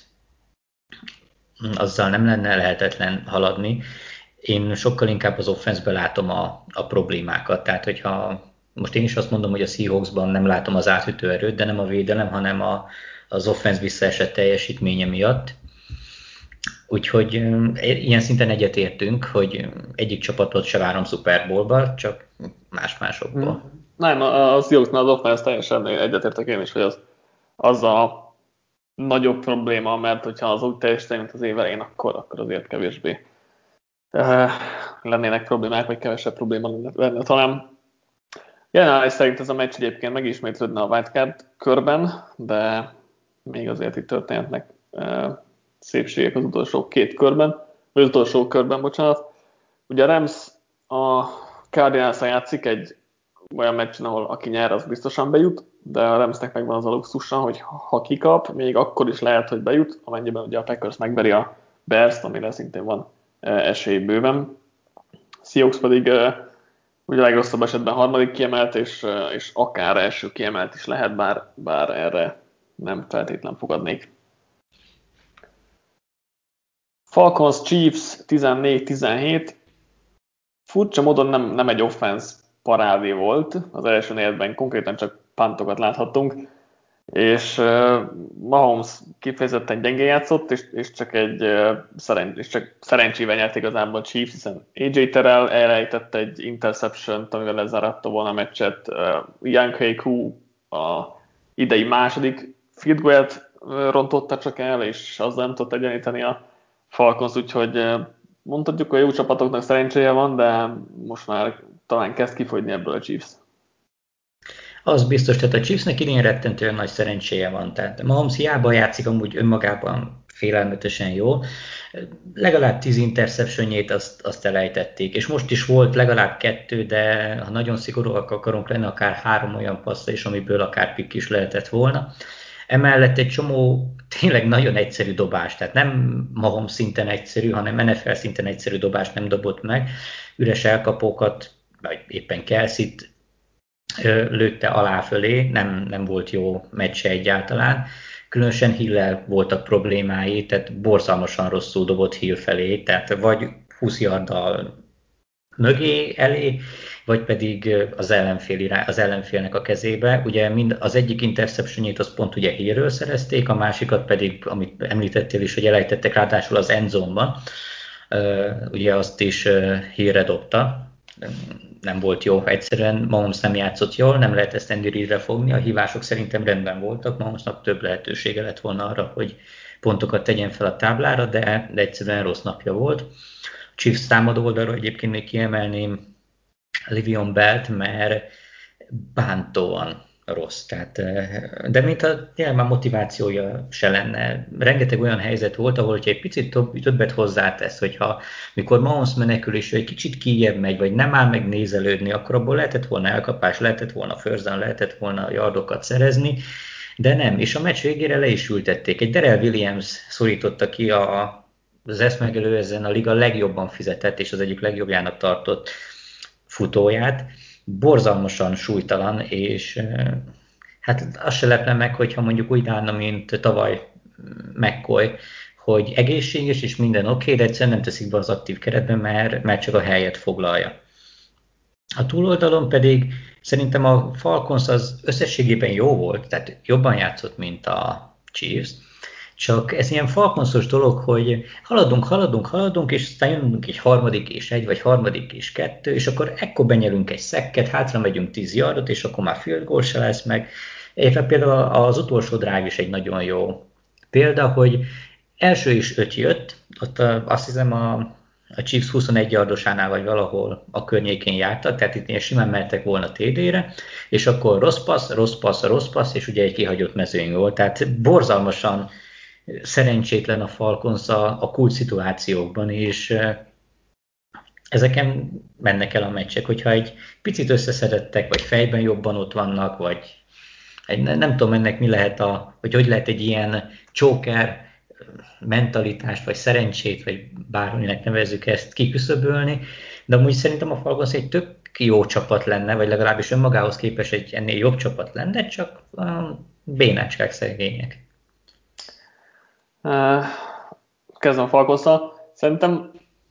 azzal nem lenne lehetetlen haladni. Én sokkal inkább az offenszben látom a problémákat, tehát hogyha most én is azt mondom, hogy a Seahawksban nem látom az átütő erőt, de nem a védelem, hanem az offensz visszaesett teljesítménye miatt. Úgyhogy ilyen szinten egyetértünk, hogy egyik csapatot se várom Super Bowlba, csak más-másokból. Nem, a Seahawksnál az offensz teljesen egyetértek én is, hogy az a nagyobb probléma, mert hogyha az úgy teljesíteni, mint az év elején, akkor azért kevésbé lennének problémák, vagy kevesebb probléma lenne talán. Jelenleg szerint ez a meccs egyébként megismétlődne a wildcard körben, de még azért itt történhetnek szépségek az utolsó körben. Ugye a Rams a Cardinals-a játszik egy olyan meccsen, ahol aki nyer, az biztosan bejut, de a Ramsnek megvan az a luxusa, hogy ha kikap, még akkor is lehet, hogy bejut, amennyiben ugye a Packers megveri a Bears-t, amire szintén van esély bőven. Seahawks pedig ugye a legrosszabb esetben harmadik kiemelt, és akár első kiemelt is lehet, bár erre nem feltétlen fogadnék. Falcons Chiefs 14-17. Furcsa módon nem egy offense parádé volt. Az első negyedben konkrétan csak puntokat láthattunk, és Mahomes kifejezetten gyengén játszott, és csak szerencsével nyert igazából a Chiefs, hiszen AJ Terrell elrejtett egy interception-t, amivel lezárhatta volna a meccset. Young Haku a idei második field goal-t rontotta csak el, és azzal nem tudott egyenlíteni a Falcons, úgyhogy mondhatjuk, hogy jó csapatoknak szerencséje van, de most már talán kezd kifogyni ebből a Chiefs. Az biztos, tehát a Chiefsnek idén rettentően nagy szerencséje van. Tehát Mahomes hiába játszik amúgy önmagában félelmetesen jól. Legalább 10 interceptionjét azt elejtették, és most is volt legalább 2, de ha nagyon szigorúak akarunk lenni, akár 3 olyan passza is, amiből akár pick is lehetett volna. Emellett egy csomó tényleg nagyon egyszerű dobás, tehát nem Mahomes szinten egyszerű, hanem NFL szinten egyszerű dobást nem dobott meg. Üres elkapókat, vagy éppen Kelce-t lőtte alá fölé, nem volt jó meccse egyáltalán. Különösen Hill-lel voltak problémái, tehát borzalmasan rosszul dobott Hill felé, tehát vagy 20 yarddal mögé, elé, vagy pedig az ellenfélnek a kezébe. Ugye az egyik interceptionjét az pont ugye Hillről szerezték, a másikat pedig, amit említettél is, hogy elejtettek ráadásul az endzone-ban, ugye azt is Hillre dobta. nem volt jó. Egyszerűen Mahomes nem játszott jól, nem lehet ezt Andy Reidre fogni. A hívások szerintem rendben voltak, Mahomesnak több lehetősége lett volna arra, hogy pontokat tegyen fel a táblára, de egyszerűen rossz napja volt. A Chiefs támadó oldalról egyébként még kiemelném Le'Veon Bell-t, mert bántóan rossz. Tehát, de mintha tényleg már motivációja se lenne. Rengeteg olyan helyzet volt, ahol hogyha egy picit többet hozzátesz, hogyha mikor Mahomes menekül és ő egy kicsit kijebb megy, vagy nem áll meg nézelődni, akkor abból lehetett volna elkapás, lehetett volna first down, lehetett volna yardokat szerezni, de nem. És a meccs végére le is ültették. Egy Darrell Williams szorította ki az ezt megelőzően a liga legjobban fizetett és az egyik legjobbjának tartott futóját. Borzalmasan súlytalan, és hát azt se lepne meg, hogyha mondjuk úgy állna, mint tavaly McCoy, hogy egészséges és minden oké, de egyszerűen nem teszik be az aktív keretben, mert csak a helyet foglalja. A túloldalon pedig szerintem a Falcons az összességében jó volt, tehát jobban játszott, mint a Chiefs, csak ez ilyen Falconsos dolog, hogy haladunk, és aztán jönünk egy harmadik és egy, vagy harmadik és kettő, és akkor ekkor benyelünk egy szekket, hátra megyünk 10 yardot, és akkor már field goal se lesz meg. Éppen például az utolsó drive is egy nagyon jó példa, hogy első is 5 jött, ott azt hiszem a Chiefs 21 yardosánál vagy valahol a környékén jártak, tehát itt ilyen simán mehettek volna TD-re, és akkor rossz passz, és ugye egy kihagyott mezőny volt, tehát borzalmasan szerencsétlen a Falcons a kulcs szituációkban, és ezeken mennek el a meccsek, hogyha egy picit összeszedettek, vagy fejben jobban ott vannak, vagy nem tudom ennek mi lehet, hogy lehet egy ilyen choker mentalitást, vagy szerencsét, vagy bárminek nevezzük ezt kiküszöbölni, de amúgy szerintem a Falcons egy tök jó csapat lenne, vagy legalábbis önmagához képest egy ennél jobb csapat lenne, csak bénácskák szegények. Kezdem a Falconszal. Szerintem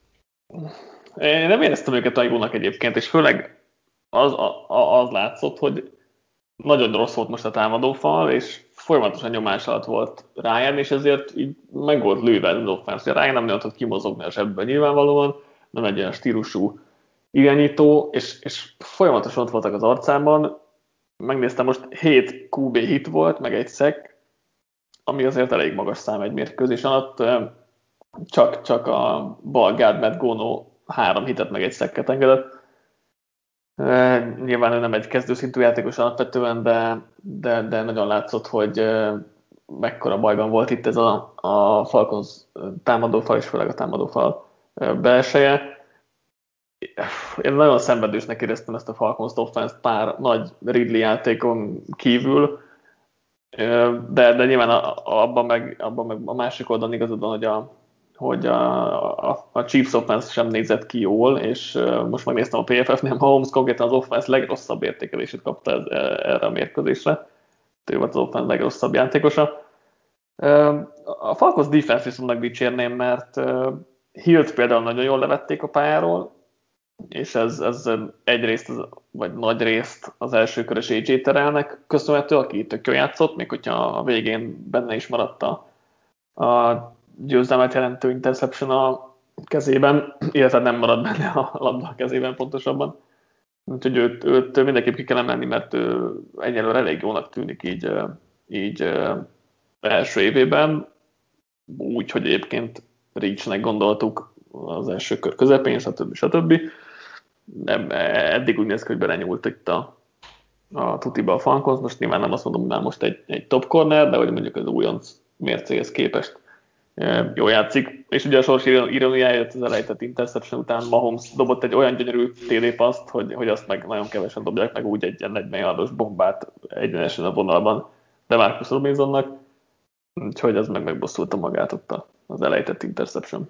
én nem éreztem őket olyan jónak egyébként, és főleg az látszott, hogy nagyon rossz volt most a támadófal, és folyamatosan nyomás alatt volt Ryan, és ezért így meg volt lőve az offense. Ryan nem nagyon tudott kimozogni a zsebből nyilvánvalóan, nem egy olyan stílusú irányító, és folyamatosan ott voltak az arcában. Megnéztem, most 7 QB hit volt, meg egy sack, ami azért elég magas szám egy mérkőzés alatt. Csak a bal guard Matt Gono 3 hitet meg egy sacket engedett. Nyilván ő nem egy kezdőszintű játékos alapvetően, de nagyon látszott, hogy mekkora bajban volt itt ez a Falcons támadófal, és főleg a támadófal belseje. Én nagyon szenvedősnek éreztem ezt a Falcons offense pár nagy Ridley játékon kívül, de nyilván abban meg a másik oldalon igazad van, hogy a Chiefs offense sem nézett ki jól, és most megnéztem a PFF-nél, Mahomes konkrétan az offense legrosszabb értékelését kapta erre a mérkőzésre. Ő volt az offense legrosszabb játékosa. A Falcons defense viszont megdicsérném, mert Hillt például nagyon jól levették a pályáról, és ez egyrészt, vagy nagy részt az első körös AJ Terrellnek köszönhető, aki tök jól játszott, még hogyha a végén benne is maradt a győzelmet jelentő interception a kezében, illetve nem marad benne a labda a kezében pontosabban. Úgyhogy őt mindenképp ki kell emelni, mert ő egyelőre elég jónak tűnik így első évében, úgy, hogy egyébként Reachnek gondoltuk az első kör közepén, stb. Eddig úgy néz ki, hogy belenyúlt itt a tutiba a Falcons. Most nyilván nem azt mondom, hogy már most egy top corner, de hogy mondjuk az újonc mércéhez képest jól játszik. És ugye a sors iróniája jött az elejtett interception után, Mahomes dobott egy olyan gyönyörű TD paszt, hogy azt meg nagyon kevesen dobják meg, úgy egy ilyen 40 yardos bombát egyenesen a vonalban DeMarcus Robinsonnak, úgyhogy az megbosszulta magát ott az elejtett interception.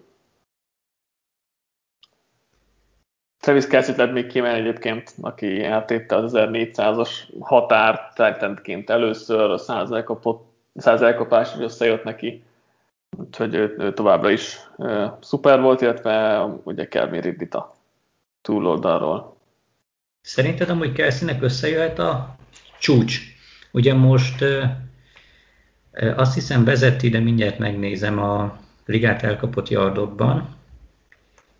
Travis Kelce-t lehet még kiemelni egyébként, aki áttépte az 1400-as határt Titantként először, a 100 elkapás is összejött neki, úgyhogy ő továbbra is szuper volt, illetve ugye Calvin Ridley-t a túloldalról. Szerinted amúgy Kelce-nek összejöhet a csúcs? Ugye most azt hiszem vezeti, de mindjárt megnézem a ligát elkapott yardokban.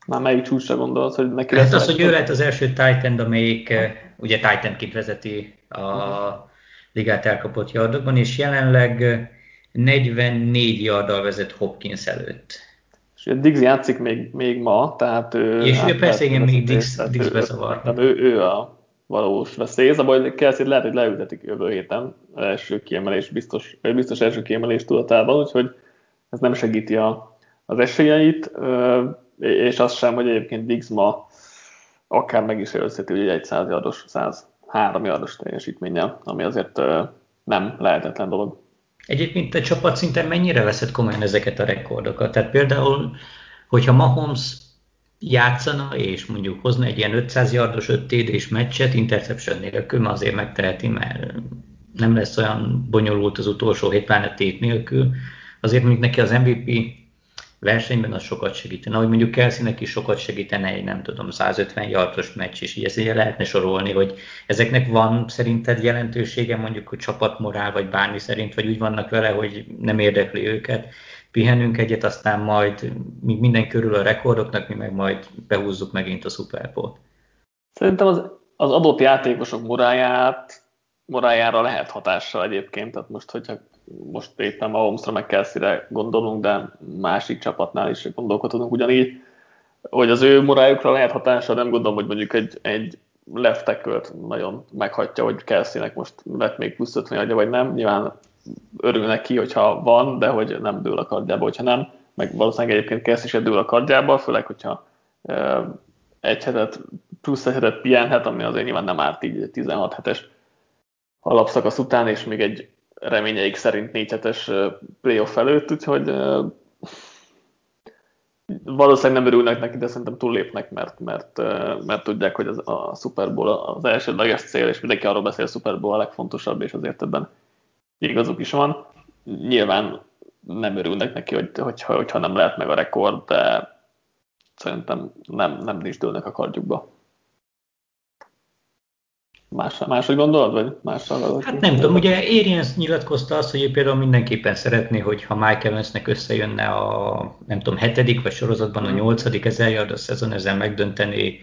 Már melyik csúcsra gondolsz, hogy neki Hát lesz az, hogy ő legtöbb? lehet az első Titan, amelyik ugye Titanként vezeti a ligát elkapott yardokban, és jelenleg 44 yarddal vezet Hopkins előtt. És ugye Diggs játszik még ma, tehát ő És ő persze igen, még átvezetés, tehát Diggs szerintem bezavarhat. ő a valós veszély. Ez a baj, hogy Kelsey lehet, hogy leültetik jövő héten első kiemelés, biztos első kiemelés tudatában, úgyhogy ez nem segíti az esélyeit, és az sem, hogy egyébként Diggs ma akár meg is előzheti egy 100 yardos, 103 yardos teljesítménnyel, ami azért nem lehetetlen dolog. Egyébként a csapatszinten mennyire veszed komolyan ezeket a rekordokat? Tehát például, hogyha Mahomes játszana, és mondjuk hozna egy ilyen 500 yardos 5 TD-s meccset interception nélkül, mert azért megteheti, mert nem lesz olyan bonyolult az utolsó hét, pláne tét nélkül, azért mondjuk neki az MVP versenyben az sokat segítene, ahogy mondjuk Kelseynek is sokat segítene egy, nem tudom, 150 yardos meccs is, így ezt így lehetne sorolni, hogy ezeknek van szerinted jelentősége mondjuk a csapatmorál, vagy bármi szerint, vagy úgy vannak vele, hogy nem érdekli őket, pihenünk egyet, aztán majd minden körül a rekordoknak, mi meg majd behúzzuk megint a Super Bowl-t. Szerintem az adott játékosok morájára lehet hatással egyébként, tehát hogyha most éppen Mahomesra meg Kelseyre gondolunk, de másik csapatnál is gondolkodhatunk ugyanígy, hogy az ő morájukra lehet hatással, nem gondolom, hogy mondjuk egy left tackle-t nagyon meghagyja, hogy Kelseynek most lett még plusz 50 adja, vagy nem. Nyilván örülnek ki, hogyha van, de hogy nem dől a kardjába, hogyha nem. Meg valószínűleg egyébként Kelsey se dől a kardjába, főleg, hogyha plusz egy hetet pihenhet, ami azért nyilván nem árt így 16 hetes alapszakasz után, és még egy reményeik szerint 4 hetes playoff előtt, úgyhogy valószínűleg nem örülnek neki, de szerintem túllépnek, mert tudják, hogy a Super Bowl az elsődleges cél, és mindenki arról beszél, a Super Bowl a legfontosabb, és azért ebben igazuk is van. Nyilván nem örülnek neki, hogyha nem lehet meg a rekord, de szerintem nem is dőlnek a kardjukba. Máshogy gondolod, vagy mással? Hát nem tudom, ugye Arians nyilatkozta azt, hogy ő például mindenképpen szeretné, hogyha Mike Evansnek összejönne a, nem tudom, 7. vagy sorozatban a 8. 1000 yardos szezon, ezzel megdönteni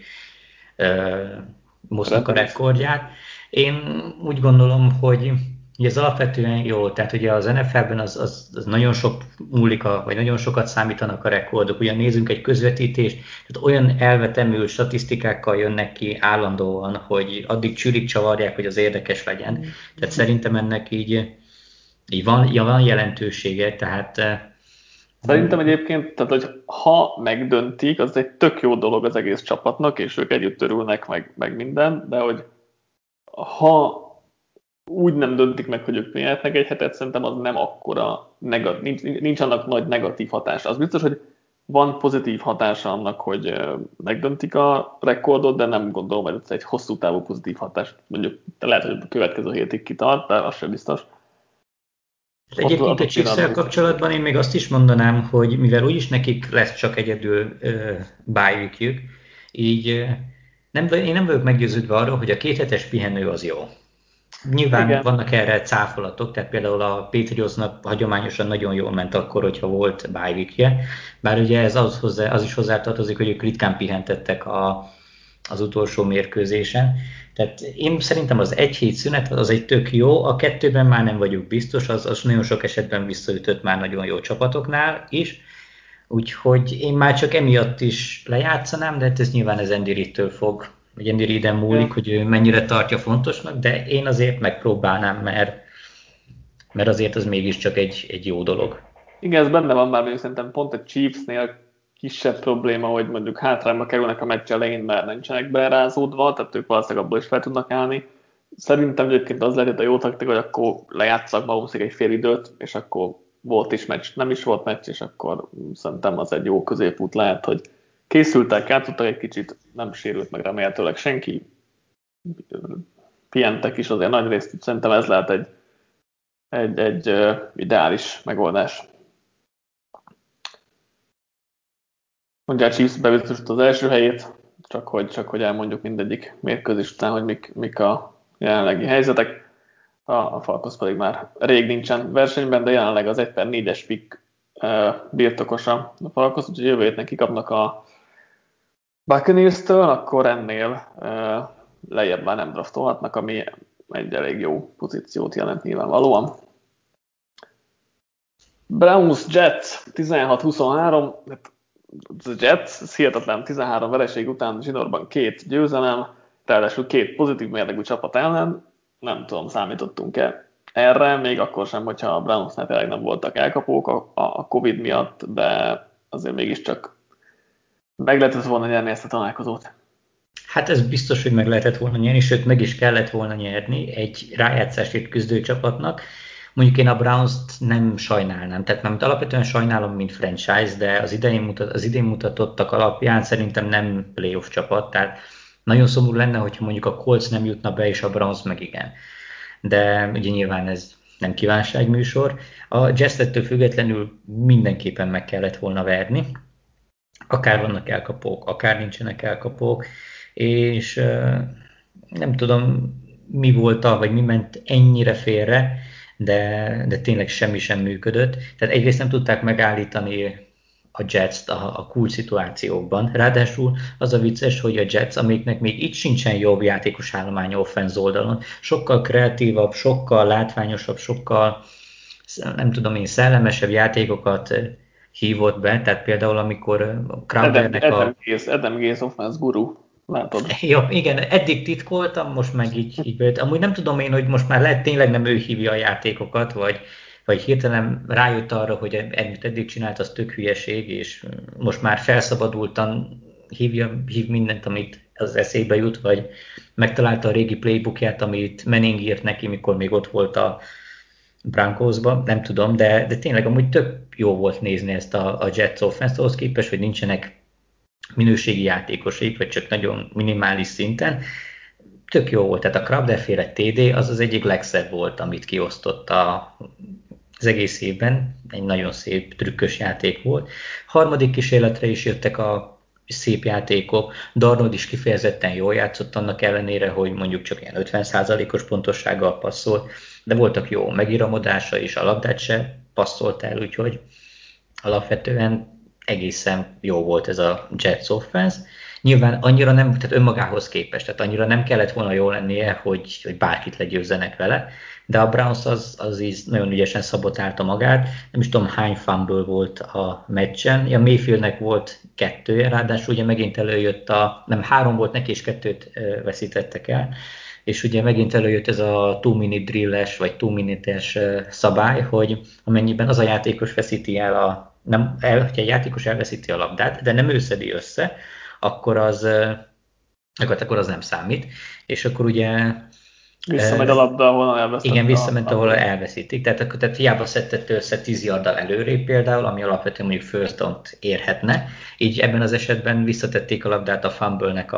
Mosznak a rekordját. Én úgy gondolom, hogy ez alapvetően jó, tehát ugye az NFL-ben az nagyon sok múlik, vagy nagyon sokat számítanak a rekordok. Ugye nézzünk egy közvetítést, tehát olyan elvetemű statisztikákkal jönnek ki állandóan, hogy addig csürik csavarják, hogy az érdekes legyen. Tehát szerintem ennek így van jelentősége, tehát... Szerintem egyébként, tehát, hogy ha megdöntik, az egy tök jó dolog az egész csapatnak, és ők együtt örülnek, meg minden, de hogy ha úgy nem döntik meg, hogy ők nyerhetnek egy hetet, szerintem az nem akkora, nincs annak nagy negatív hatása. Az biztos, hogy van pozitív hatása annak, hogy megdöntik a rekordot, de nem gondolom, hogy ez egy hosszú távú pozitív hatás. Mondjuk lehet, hogy a következő hétig kitart, de az sem biztos. Egyébként a Chiefs-szel kapcsolatban én még azt is mondanám, hogy mivel úgyis nekik lesz csak egyedül bye weekjük, így én nem vagyok meggyőződve arról, hogy a 2 hetes pihenő az jó. Nyilván igen, vannak erre cáfolatok, tehát például a Patriotsnak hagyományosan nagyon jól ment akkor, hogyha volt bye weekje, bár ugye ez az is hozzátartozik, hogy ők ritkán pihentettek az utolsó mérkőzésen. Tehát én szerintem az 1 hét szünet az egy tök jó, a 2-ben már nem vagyok biztos, az nagyon sok esetben visszaütött már nagyon jó csapatoknál is, úgyhogy én már csak emiatt is lejátszanám, de hát ez nyilván az Andy Reid-től fog, vagy Andy Reiden múlik, hogy ő mennyire tartja fontosnak, de én azért megpróbálnám, mert azért az mégiscsak egy jó dolog. Igen, ez benne van már, mondjuk szerintem pont a Chiefsnél kisebb probléma, hogy mondjuk hátrányba kerülnek a meccs elején, mert nincsenek berázódva, tehát ők valószínűleg abból is fel tudnak állni. Szerintem egyébként az lehet a jó taktika, hogy akkor lejátszak Mahomesig egy fél időt, és akkor volt is meccs, nem is volt meccs, és akkor szerintem az egy jó középút lehet, hogy készültek, játszottak egy kicsit, nem sérült meg remélhetőleg senki, pihentek is azért nagy részt, szerintem ez lehet egy ideális megoldás. Ugye a Chiefs bebiztosította az első helyét, csak hogy elmondjuk mindegyik mérkőzés után, hogy mik a jelenlegi helyzetek. A Falcons pedig már rég nincsen versenyben, de jelenleg az 1/4-es pick birtokosa a Falcons, úgyhogy jövő héten kikapnak a Buccaneers-től, akkor ennél lejjebb már nem draftolhatnak, ami egy elég jó pozíciót jelent nyilvánvalóan. Browns Jets 16-23, a Jets, ez hihetetlen, 13 vereség után zsinórban 2 győzelem, ráadásul 2 pozitív mérlegű csapat ellen, nem tudom, számítottunk-e erre, még akkor sem, hogyha a Brownsnál tényleg nem voltak elkapók a Covid miatt, de azért mégiscsak meg lehetett volna nyerni ezt a találkozót. Hát ez biztos, hogy meg lehetett volna nyerni, sőt meg is kellett volna nyerni egy rájátszásért küzdő csapatnak. Mondjuk én a Browns-t nem sajnálnám, tehát nem alapvetően sajnálom, mint franchise, de az idén mutatottak alapján szerintem nem playoff csapat, tehát nagyon szomorú lenne, hogyha mondjuk a Colts nem jutna be, és a Browns meg igen. De ugye nyilván ez nem kívánságműsor. A Jets-ettől függetlenül mindenképpen meg kellett volna verni. Akár vannak elkapók, akár nincsenek elkapók, és nem tudom, mi volt, vagy mi ment ennyire félre, de tényleg semmi sem működött. Tehát egyrészt nem tudták megállítani a Jets-t a kulcs szituációkban. Ráadásul az a vicces, hogy a Jets, amiknek még itt sincsen jobb játékos állomány offense oldalon, sokkal kreatívabb, sokkal látványosabb, sokkal, nem tudom én, szellemesebb játékokat hívott be, tehát például amikor Crowdernek Adam Gaze offense guru, látod? Ja, igen, eddig titkoltam, most meg így bejött. Amúgy nem tudom én, hogy most már lehet tényleg nem ő hívja a játékokat, vagy hirtelen rájött arra, hogy amit eddig csinált, az tök hülyeség, és most már felszabadultan hív mindent, amit az eszébe jut, vagy megtalálta a régi playbookját, amit Manning írt neki, mikor még ott volt a Broncosban, nem tudom, de tényleg amúgy tök jó volt nézni ezt a Jets offense-hoz képest, hogy nincsenek minőségi játékosaik, vagy csak nagyon minimális szinten. Tök jó volt, tehát a Crowder-féle TD az egyik legszebb volt, amit kiosztott az egész évben. Egy nagyon szép, trükkös játék volt. Harmadik kísérletre is jöttek a szép játékok. Darnold is kifejezetten jól játszott, annak ellenére, hogy mondjuk csak ilyen 50%-os pontossággal passzolt, de voltak jó megiramodása is, a labdát se passzolt el, úgyhogy alapvetően egészen jó volt ez a Jets offense. Nyilván annyira nem, tehát önmagához képest, tehát annyira nem kellett volna jól lennie, hogy bárkit legyőzzenek vele, de a Browns az így nagyon ügyesen szabotálta magát, nem is tudom hány fumble volt a meccsen, a Mayfieldnek volt 2, ráadásul ugye megint előjött nem 3 volt neki, és 2 veszítettek el, és ugye megint előjött ez a 2-minute drill-es, vagy 2-minute-es szabály, hogy amennyiben az a játékos veszíti el hogyha egy játékos elveszíti a labdát, de nem ő szedi össze, akkor az nem számít. És akkor ugye... Visszamegy a labda, ahol elveszítik. Igen, visszament, ahol elveszítik. Tehát hiába szedtette össze 10 yarddal előrébb például, ami alapvetően mondjuk first down-t érhetne. Így ebben az esetben visszatették a labdát a fumble-nek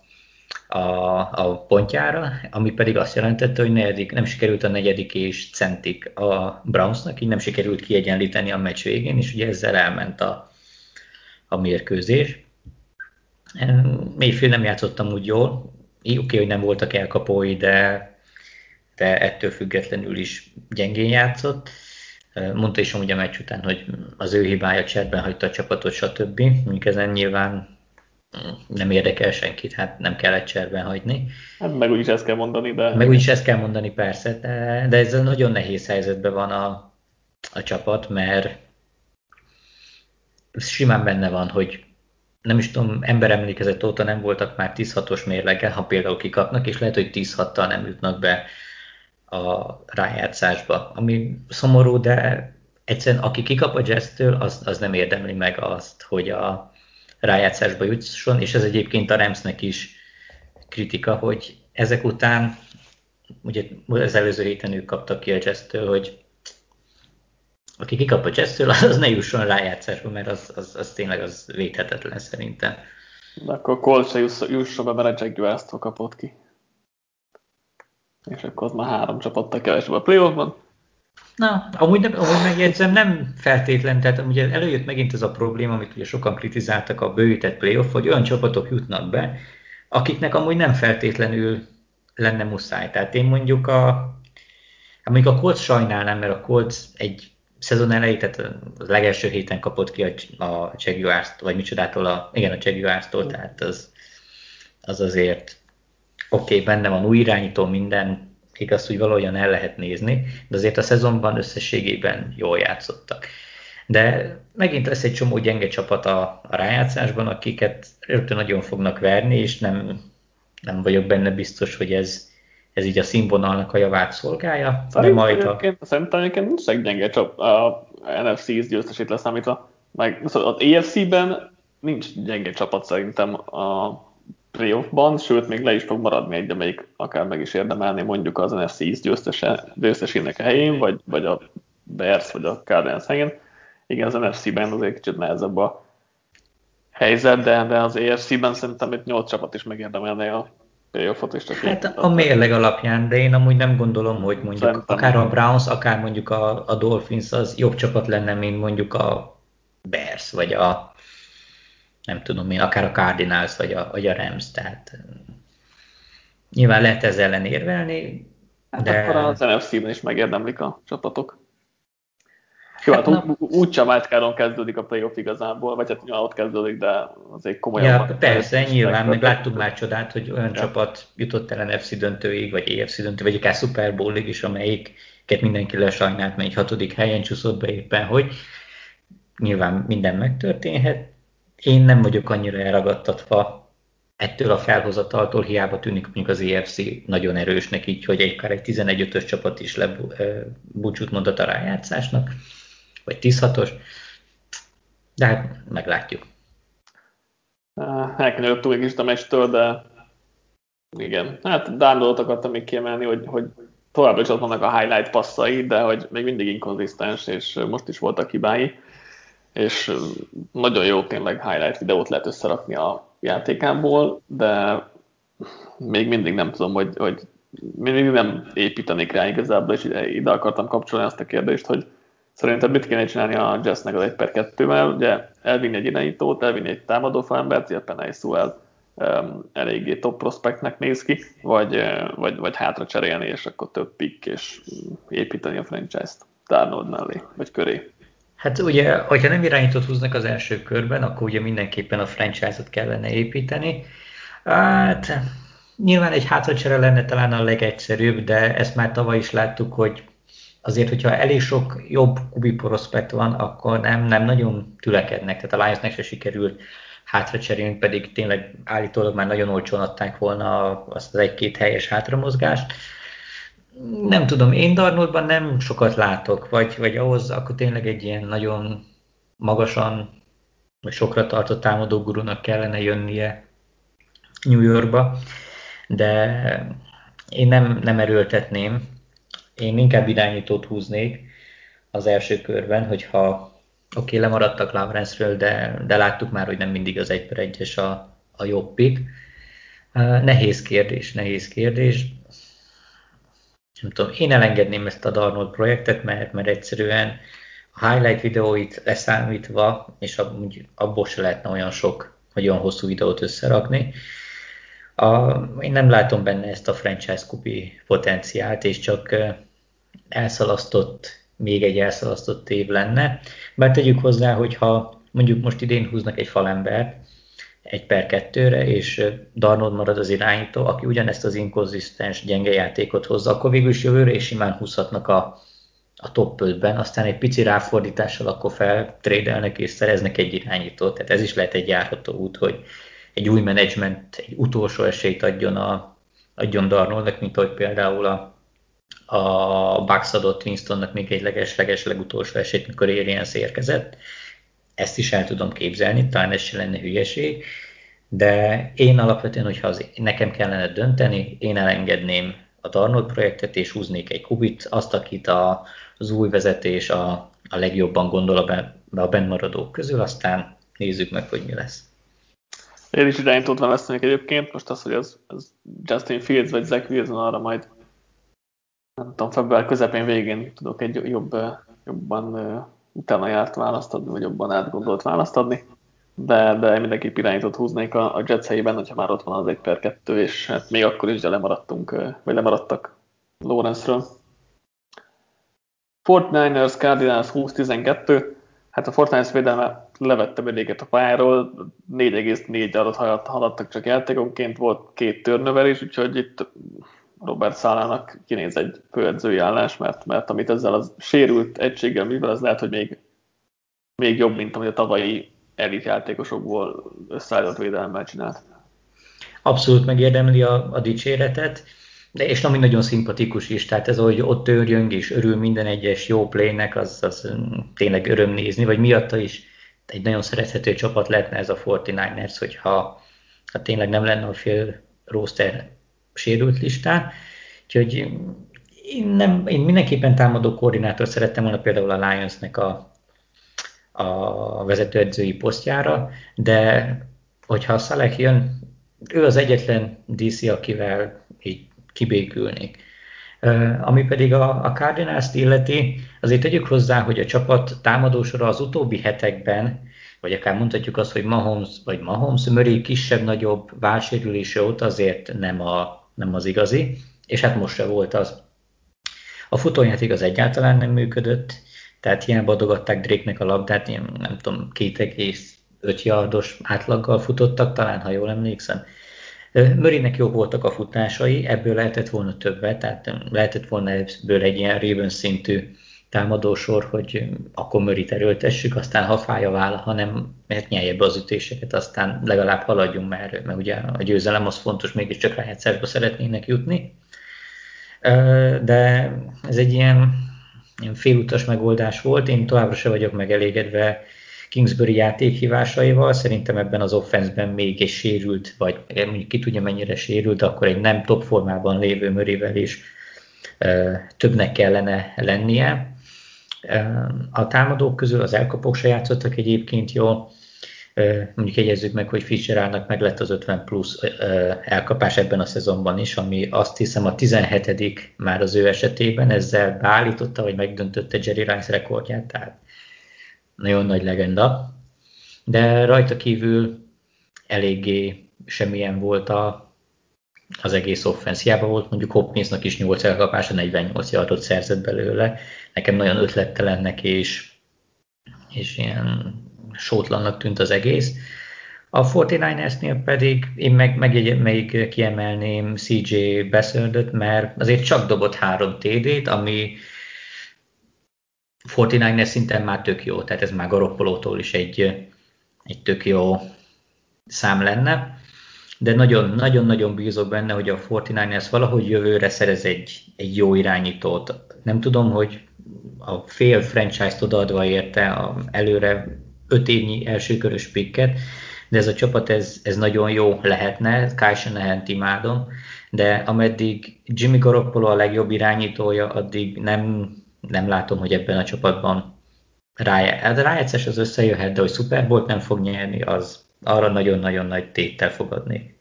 a pontjára, ami pedig azt jelentette, hogy nem sikerült a 4. és centik a Brownsnak, így nem sikerült kiegyenlíteni a meccs végén, és ugye ezzel elment a mérkőzés. Mayfield nem játszottam úgy jól, oké, hogy nem voltak elkapói, de ettől függetlenül is gyengén játszott. Mondta is amúgy a meccs után, hogy az ő hibája, cserben hagyta a csapatot, stb. Mondjuk ezen nyilván nem érdekel senkit, hát nem kellett cserben hagyni. Hát meg úgyis ezt kell mondani, de... Meg úgyis ezt kell mondani, persze, de ezzel nagyon nehéz helyzetben van a csapat, mert simán benne van, hogy nem is tudom, emberemlékezet óta nem voltak már 10-6-os mérleggel, ha például kikapnak, és lehet, hogy 10-6-tal nem jutnak be a rájátszásba. Ami szomorú, de egyszerűen aki kikap a Jets-től, az nem érdemli meg azt, hogy a rájátszásba jusson, és ez egyébként a Ramsnek is kritika, hogy ezek után, ugye az előző héten ők kaptak ki a Jets-től, hogy aki kikap a Jets-től, az ne jusson rájátszásba, mert az tényleg az védhetetlen szerintem. De akkor Colts se jusson be, mert a Jaguars-tól kapott ki. És akkor az már 3 csapattal kevesebb a playoffban. Na, amúgy megjegyzem, nem feltétlen, tehát ugye előjött megint ez a probléma, amit ugye sokan kritizáltak a bővített playoff, hogy olyan csapatok jutnak be, akiknek amúgy nem feltétlenül lenne muszáj. Tehát én mondjuk a Colts sajnálnám, mert a Colts egy szezon elején, tehát a legelső héten kapott ki a Jaguars-t, vagy micsodától, a Jaguars-tól, tehát az azért oké, benne van új irányító, minden, igaz, hogy valahogyan el lehet nézni, de azért a szezonban összességében jól játszottak. De megint lesz egy csomó gyenge csapat a rájátszásban, akiket rögtön nagyon fognak verni, és nem vagyok benne biztos, hogy ez így a színvonalnak a javát szolgálja. Szerintem egyébként nincs egy gyenge csapat, a NFC East győztesét leszámítva. Meg szóval az AFC-ben nincs gyenge csapat szerintem a playoffban, sőt, még le is fog maradni egy, amelyik akár meg is érdemelni mondjuk az NFC East győztesének a helyén, vagy a Bears, vagy a Cardinals helyén. Igen, az NFC-ben azért kicsit nehezebb a helyzet, de az AFC-ben szerintem itt 8 csapat is megérdemelné a playoffot is. Hát a mérleg alapján, de én amúgy nem gondolom, hogy mondjuk szerintem akár a Browns, akár mondjuk a Dolphins az jobb csapat lenne, mint mondjuk a Bears, vagy a nem tudom én, akár a Cardinals, vagy a Rams, tehát nyilván lehet ezzel ellen érvelni, de... Akkor az NFC-ben is megérdemlik a csapatok. Jó, hát úgyse a wildcardon kezdődik a playoff igazából, vagy hát ott kezdődik, de azért komolyabban. Ja, persze, nyilván, meg láttuk már csodát, hogy olyan csapat jutott el NFC döntőig, vagy AFC döntő, vagy akár Super Bowl-ig is, amelyiket mindenki lesajnált, mert egy 6. helyen csúszott be éppen, hogy nyilván minden megtörténhet. Én nem vagyok annyira elragadtatva ettől a felhozataltól, hiába tűnik mondjuk az AFC nagyon erősnek, így, hogy egy 11-5-ös csapat is búcsút mondott a rájátszásnak, vagy 10-6-os, de hát meglátjuk. Elkenyörögtünk egy kicsit a meccstől, de igen. Hát Darnoldot akartam még kiemelni, hogy továbbra is ott vannak a highlight passzai, de hogy még mindig inkonzisztens, és most is voltak hibái, és nagyon jó tényleg highlight videót lehet összerakni a játékából, de még mindig nem tudom, hogy mindig nem építenék rá igazából, és ide akartam kapcsolni azt a kérdést, hogy szerinted mit kéne csinálni a Jetsnek az 1/2-vel, ugye elvinni egy irányítót, elvinni egy támadó falembert, ugye Penei Sewell eléggé top prospectnek néz ki, vagy hátra cserélni, és akkor több pick, és építeni a franchise-t Darnold mellé, vagy köré. Hát ugye, hogyha nem irányítót húznak az első körben, akkor ugye mindenképpen a franchise-ot kellene építeni. Hát nyilván egy hátracsere lenne talán a legegyszerűbb, de ezt már tavaly is láttuk, hogy azért, hogyha elég sok jobb QB prospekt van, akkor nem nagyon tülekednek. Tehát a Lionsnek se sikerült hátracserélni, pedig tényleg állítólag már nagyon olcsón adták volna azt az 1-2 helyes hátramozgást. Nem tudom, én Darnoldban nem sokat látok, vagy ahhoz akkor tényleg egy ilyen nagyon magasan, vagy sokra tartott támadó gurunak kellene jönnie New Yorkba, de én nem erőltetném. Én inkább irányítót húznék az első körben, hogyha lemaradtak Lawrence-ről, de láttuk már, hogy nem mindig az 1/1-es a jobb pick. Nehéz kérdés. Nem tudom, én elengedném ezt a Darnold projektet, mert egyszerűen a highlight videóit leszámítva, és abból se lehetne olyan sok, vagy olyan hosszú videót összerakni. Én nem látom benne ezt a franchise kupi potenciált, és csak még egy elszalasztott év lenne. Bár tegyük hozzá, hogyha mondjuk most idén húznak egy falembert 1/2-re, és Darnold marad az irányító, aki ugyanezt az inkonzisztens gyenge játékot hozza, akkor végül is jövőre és simán húzhatnak a top 5-ben, aztán egy pici ráfordítással akkor feltrédelnek és szereznek egy irányítót. Tehát ez is lehet egy járható út, hogy egy új menedzsment egy utolsó esélyt adjon Darnoldnak, mint ahogy például a Bucks adott Winstonnak még egy leges legutolsó esélyt, mikor Arians érkezett. Ezt is el tudom képzelni, talán ez se lenne hülyeség, de én alapvetően, hogyha nekem kellene dönteni, én elengedném a Darnold projektet, és húznék egy kubit, azt, akit az új vezetés a legjobban gondol a bennmaradók közül, aztán nézzük meg, hogy mi lesz. Én is irányítót választanék egyébként, most az, hogy az Justin Fields vagy Zach Wilson, arra majd nem tudom, február közepén végén tudok egy jobban utána járt választ adni, vagy jobban átgondolt választ adni, de mindenképp irányítót húznék a Jets helyében, hogyha már ott van az 1/2, és hát még akkor is, de lemaradtak Lawrence-ről. 49ers, Cardinals 20-12, hát a 49ers védelme levette bedéket a pályáról, 4,4 yardot haladtak csak játékonként, volt 2 turnover is, úgyhogy itt Robert Salának kinéz egy főedzői állás, mert amit ezzel a sérült egységgel művel, az lehet, hogy még jobb, mint amit a tavalyi elit játékosokból összeállított védelemmel csinált. Abszolút megérdemli a dicséretet, de és ami nagyon szimpatikus is, tehát ez, hogy ott őrjöng és örül minden egyes jó playnek, az tényleg öröm nézni, vagy miatta is egy nagyon szerethető csapat lehetne ez a 49ers, hogyha tényleg nem lenne a fél roster sérült listán. Úgyhogy én mindenképpen támadó koordinátort szerettem volna például a Lionsnek a vezetőedzői posztjára, de hogyha a Saleh jön, ő az egyetlen DC, akivel így kibékülnék. Ami pedig a Cardinals-t illeti, azért tegyük hozzá, hogy a csapat támadósora az utóbbi hetekben, vagy akár mondhatjuk azt, hogy Mahomes Murray kisebb-nagyobb válsérülése óta azért nem az igazi, és hát most se volt az. A futójáték az egyáltalán nem működött, tehát hiába adogatták Drake-nek a labdát, ilyen, nem tudom, 2,5 yardos átlaggal futottak, talán, ha jól emlékszem. Murraynek jó voltak a futásai, ebből lehetett volna többet, tehát lehetett volna ebből egy ilyen Ravens szintű támadósor, hogy akkor Murrayt erőltessük, aztán ha fáj a válla, hanem mert nyelje be az ütéseket, aztán legalább haladjunk, mert ugye a győzelem az fontos, mégiscsak rájátszásba szeretnének jutni. De ez egy ilyen félutas megoldás volt, én továbbra sem vagyok megelégedve Kingsbury játékhívásaival, szerintem ebben az offenszben még egy sérült, vagy mondjuk ki tudja mennyire sérült, akkor egy nem top formában lévő Murrayvel is többnek kellene lennie. A támadók közül az elkapók se játszottak egyébként jól, mondjuk jegyezzük meg, hogy Fitzgeraldnak meg lett az 50 plusz elkapás ebben a szezonban is, ami azt hiszem a 17. már az ő esetében, ezzel beállította, vagy megdöntötte Jerry Rice rekordját, tehát nagyon nagy legenda, de rajta kívül eléggé semmilyen volt az egész offensz. Hiába volt mondjuk Hopkinsnak is 8 elkapása, 48 yardot szerzett belőle. Nekem nagyon ötlettelennek és ilyen sótlannak tűnt az egész. A 49ersnél pedig én meg kiemelném CJ Beathardot, mert azért csak dobott 3 TD-t, ami 49ers szinten már tök jó, tehát ez már Garoppolótól is egy tök jó szám lenne, de nagyon-nagyon bízok benne, hogy a 49ers valahogy jövőre szerez egy jó irányítót. Nem tudom, hogy a fél franchise-t odaadva érte előre 5 évnyi elsőkörös picket, de ez a csapat ez nagyon jó lehetne, Kyle Shanahan-t imádom, de ameddig Jimmy Garoppolo a legjobb irányítója, addig nem látom, hogy ebben a csapatban rájátszás az összejöhet, de hogy Super Bowl-t nem fog nyerni, az arra nagyon-nagyon nagy téttel fogadnék.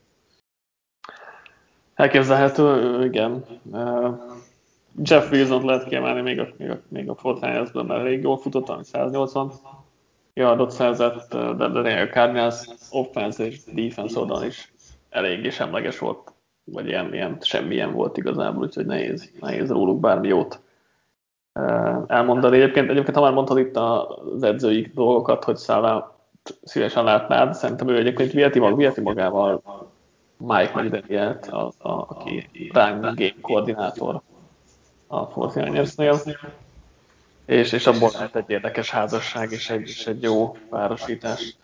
Elképzelhető, igen. Jeff Wilson-t lehet kiemelni még a 49ersből, mert elég jól futott, ami 180 yardot szerzett, de a Cardinals offense és defense oldalon is eléggé semleges volt, vagy ilyen semmilyen volt igazából, úgyhogy nehéz róluk bármi jót elmondani. Egyébként ha már mondtad itt az edzői dolgokat, hogy Salah szívesen látnád, szerintem ő egyébként viheti magával Mike McDanielt, aki Prime Game koordinátor a 49ersnél, és abból lehet egy érdekes házasság és egy jó párosítás.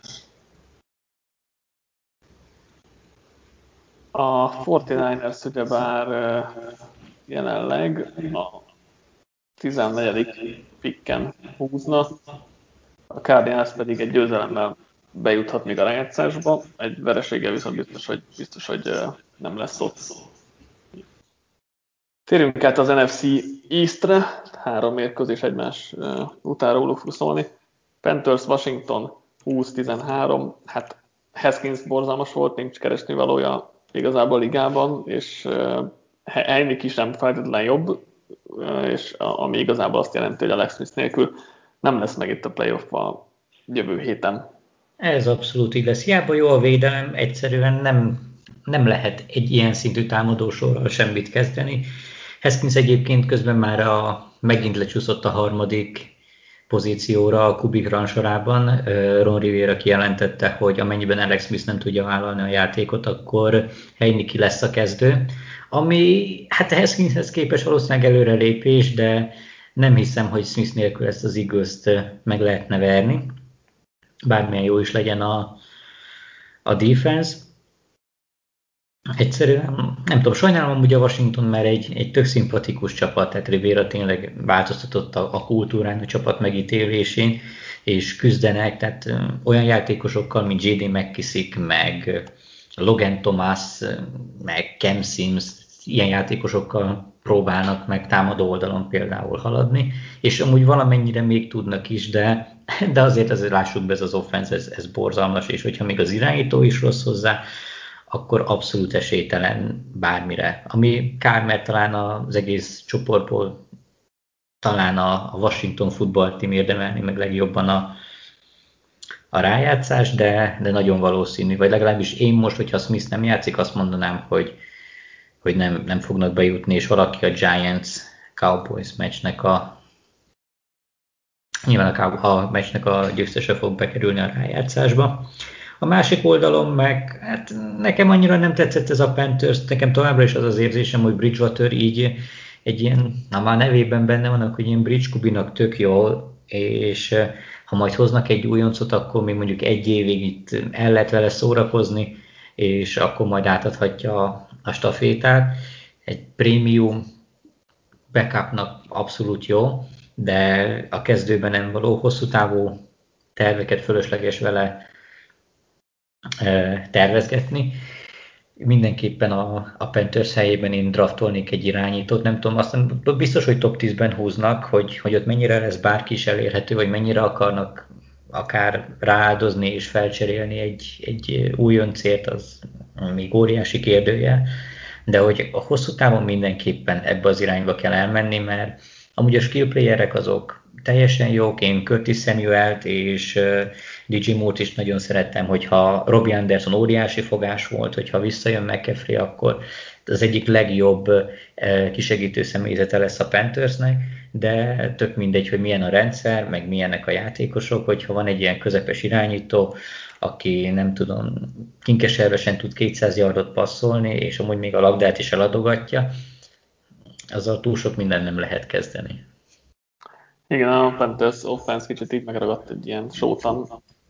A 49ers ugyebár jelenleg a 14. picken húzna, a Cardinals pedig egy győzelemmel bejuthat még a rájátszásba, egy vereséggel viszont biztos, hogy nem lesz ott. Térjünk át az NFC East-re, 3 mérkőzés egymás után róluk fog szólni. Panthers Washington 20-13, hát Haskins borzalmas volt, nincs keresni valója igazából a ligában, és Heinicke is nem feltétlenül jobb, és ami igazából azt jelenti, hogy Alex Smith nélkül nem lesz meg itt a playoff-ba jövő héten. Ez abszolút igaz. Hiába jó a védelem, egyszerűen nem lehet egy ilyen szintű támadósorral semmit kezdeni. Haskins egyébként közben már megint lecsúszott a harmadik pozícióra a Kubik rangsorában. Ron Rivera kijelentette, hogy amennyiben Alex Smith nem tudja vállalni a játékot, akkor Heineke lesz a kezdő. Ami hát a Haskinshez képest valószínűleg előrelépés, de nem hiszem, hogy Smith nélkül ezt az Eagles-t meg lehetne verni. Bármilyen jó is legyen a defense. Egyszerűen, nem tudom, sajnálom amúgy a Washington, mert egy tök szimpatikus csapat, tehát Rivera tényleg változtatott a kultúrán, a csapat megítélésén, és küzdenek, tehát olyan játékosokkal, mint J.D. McKissick, meg Logan Thomas, meg Cam Sims, ilyen játékosokkal próbálnak meg támadó oldalon például haladni, és amúgy valamennyire még tudnak is, de azért lássuk be, ez az offense, ez borzalmas, és hogyha még az irányító is rossz hozzá, akkor abszolút esélytelen bármire. Ami kár, mert talán az egész csoportból talán a Washington Football Team érdemelni meg legjobban a rájátszás, de nagyon valószínű, vagy legalábbis én most, hogyha Smith nem játszik, azt mondanám, hogy nem fognak bejutni, és valaki a Giants-Cowboys meccsnek nyilván a meccsnek a győztese fog bekerülni a rájátszásba. A másik oldalon meg, hát nekem annyira nem tetszett ez a Panthers, nekem továbbra is az az érzésem, hogy Bridgewater így egy ilyen, már nevében benne vannak, hogy ilyen Bridge Kubinak tök jó, és ha majd hoznak egy újoncot, akkor még mondjuk egy évig itt el lehet vele szórakozni, és akkor majd átadhatja a stafétát. Egy prémium backupnak abszolút jó, de a kezdőben nem való, hosszú távú terveket fölösleges vele tervezgetni. Mindenképpen a Panthers helyében én draftolnék egy irányítót, nem tudom, aztán biztos, hogy top 10-ben húznak, hogy ott mennyire lesz bárki is elérhető, vagy mennyire akarnak akár rááldozni és felcserélni egy újoncért, az még óriási kérdője, de hogy a hosszú távon mindenképpen ebbe az irányba kell elmenni, mert amúgy a skill playerek azok teljesen jók, én Curtis Samuelt és DJ Moore-t is nagyon szerettem, hogyha Robbie Anderson óriási fogás volt, hogyha visszajön McCaffrey, akkor az egyik legjobb kisegítő személyzete lesz a Panthersnek, de tök mindegy, hogy milyen a rendszer, meg milyenek a játékosok, hogyha van egy ilyen közepes irányító, aki nem tudom, kinkeservesen tud 200 yardot passzolni, és amúgy még a labdát is eladogatja, azzal túl sok minden nem lehet kezdeni. Igen, a Panthers offense kicsit így megragadt egy ilyen sótlan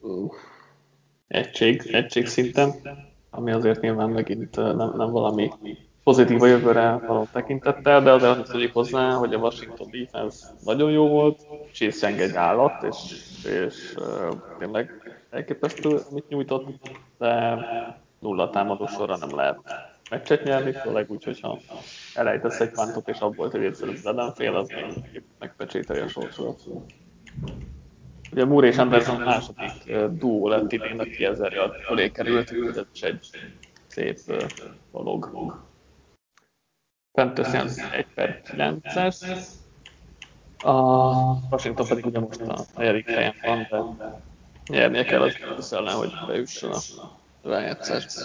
egység szinten, ami azért nyilván megint nem valami pozitív a jövőre való tekintettel, de azért azt tegyük hozzá, hogy a Washington defense nagyon jó volt, Chase Young egy állat, és tényleg elképesztő, amit nyújtott, de nulla támadó sorra nem lehet meccset nyerni, főleg úgy, hogyha elejtesz egy pántot, és abból tegyél az ellenfél, az megpecsételi a sorsodat. Ugye Moore és Anderson második duó lett idén, aki 1000 yard fölé került, ez is egy szép dolog. Panthers 1/9-es, a Washington pedig ugye most a 4. helyen van, de nyernie kell az ellen, hogy bejusson a rájátszásba.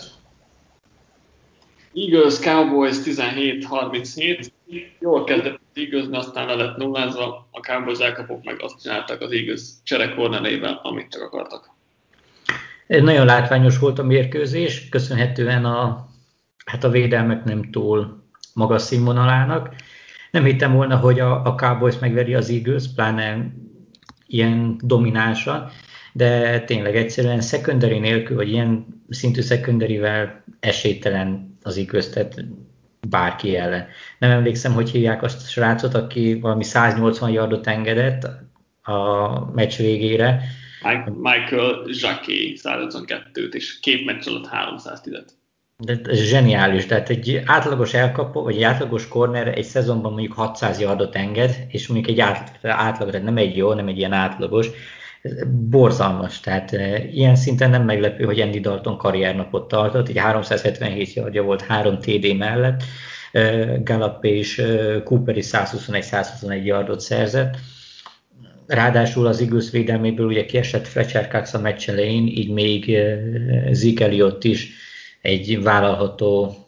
Eagles Cowboys 17-37. Jól kezdett az Eagles, de aztán le lett nullázva. A Cowboys elkapok meg azt csináltak az Eagles cserekornerével, amit csak akartak. Ez nagyon látványos volt a mérkőzés, köszönhetően a védelmek nem túl magas színvonalának. Nem hittem volna, hogy a Cowboys megveri az Eagles, pláne ilyen dominánsan, de tényleg egyszerűen secondary nélkül, vagy ilyen szintű secondary-vel esélytelen az Eagles, tehát bárki ellen. Nem emlékszem, hogy hívják azt a srácot, aki valami 180 yardot engedett a meccs végére. Michael Jacquet 152-t, és 2 meccs alatt 310-et. De ez zseniális, tehát egy átlagos elkapó, vagy egy átlagos corner egy szezonban mondjuk 600 yardot enged, és mondjuk egy átlag, tehát nem egy jó, nem egy ilyen átlagos, borzalmas, tehát ilyen szinten nem meglepő, hogy Andy Dalton karriernapot tartott, egy 377 yardja volt 3 TD mellett, Gallup és Cooper is 121 yardot szerzett. Ráadásul az Eagles védelméből ugye kiesett Fletcher Cox a meccs elején, így még Zeke Elliott is egy vállalható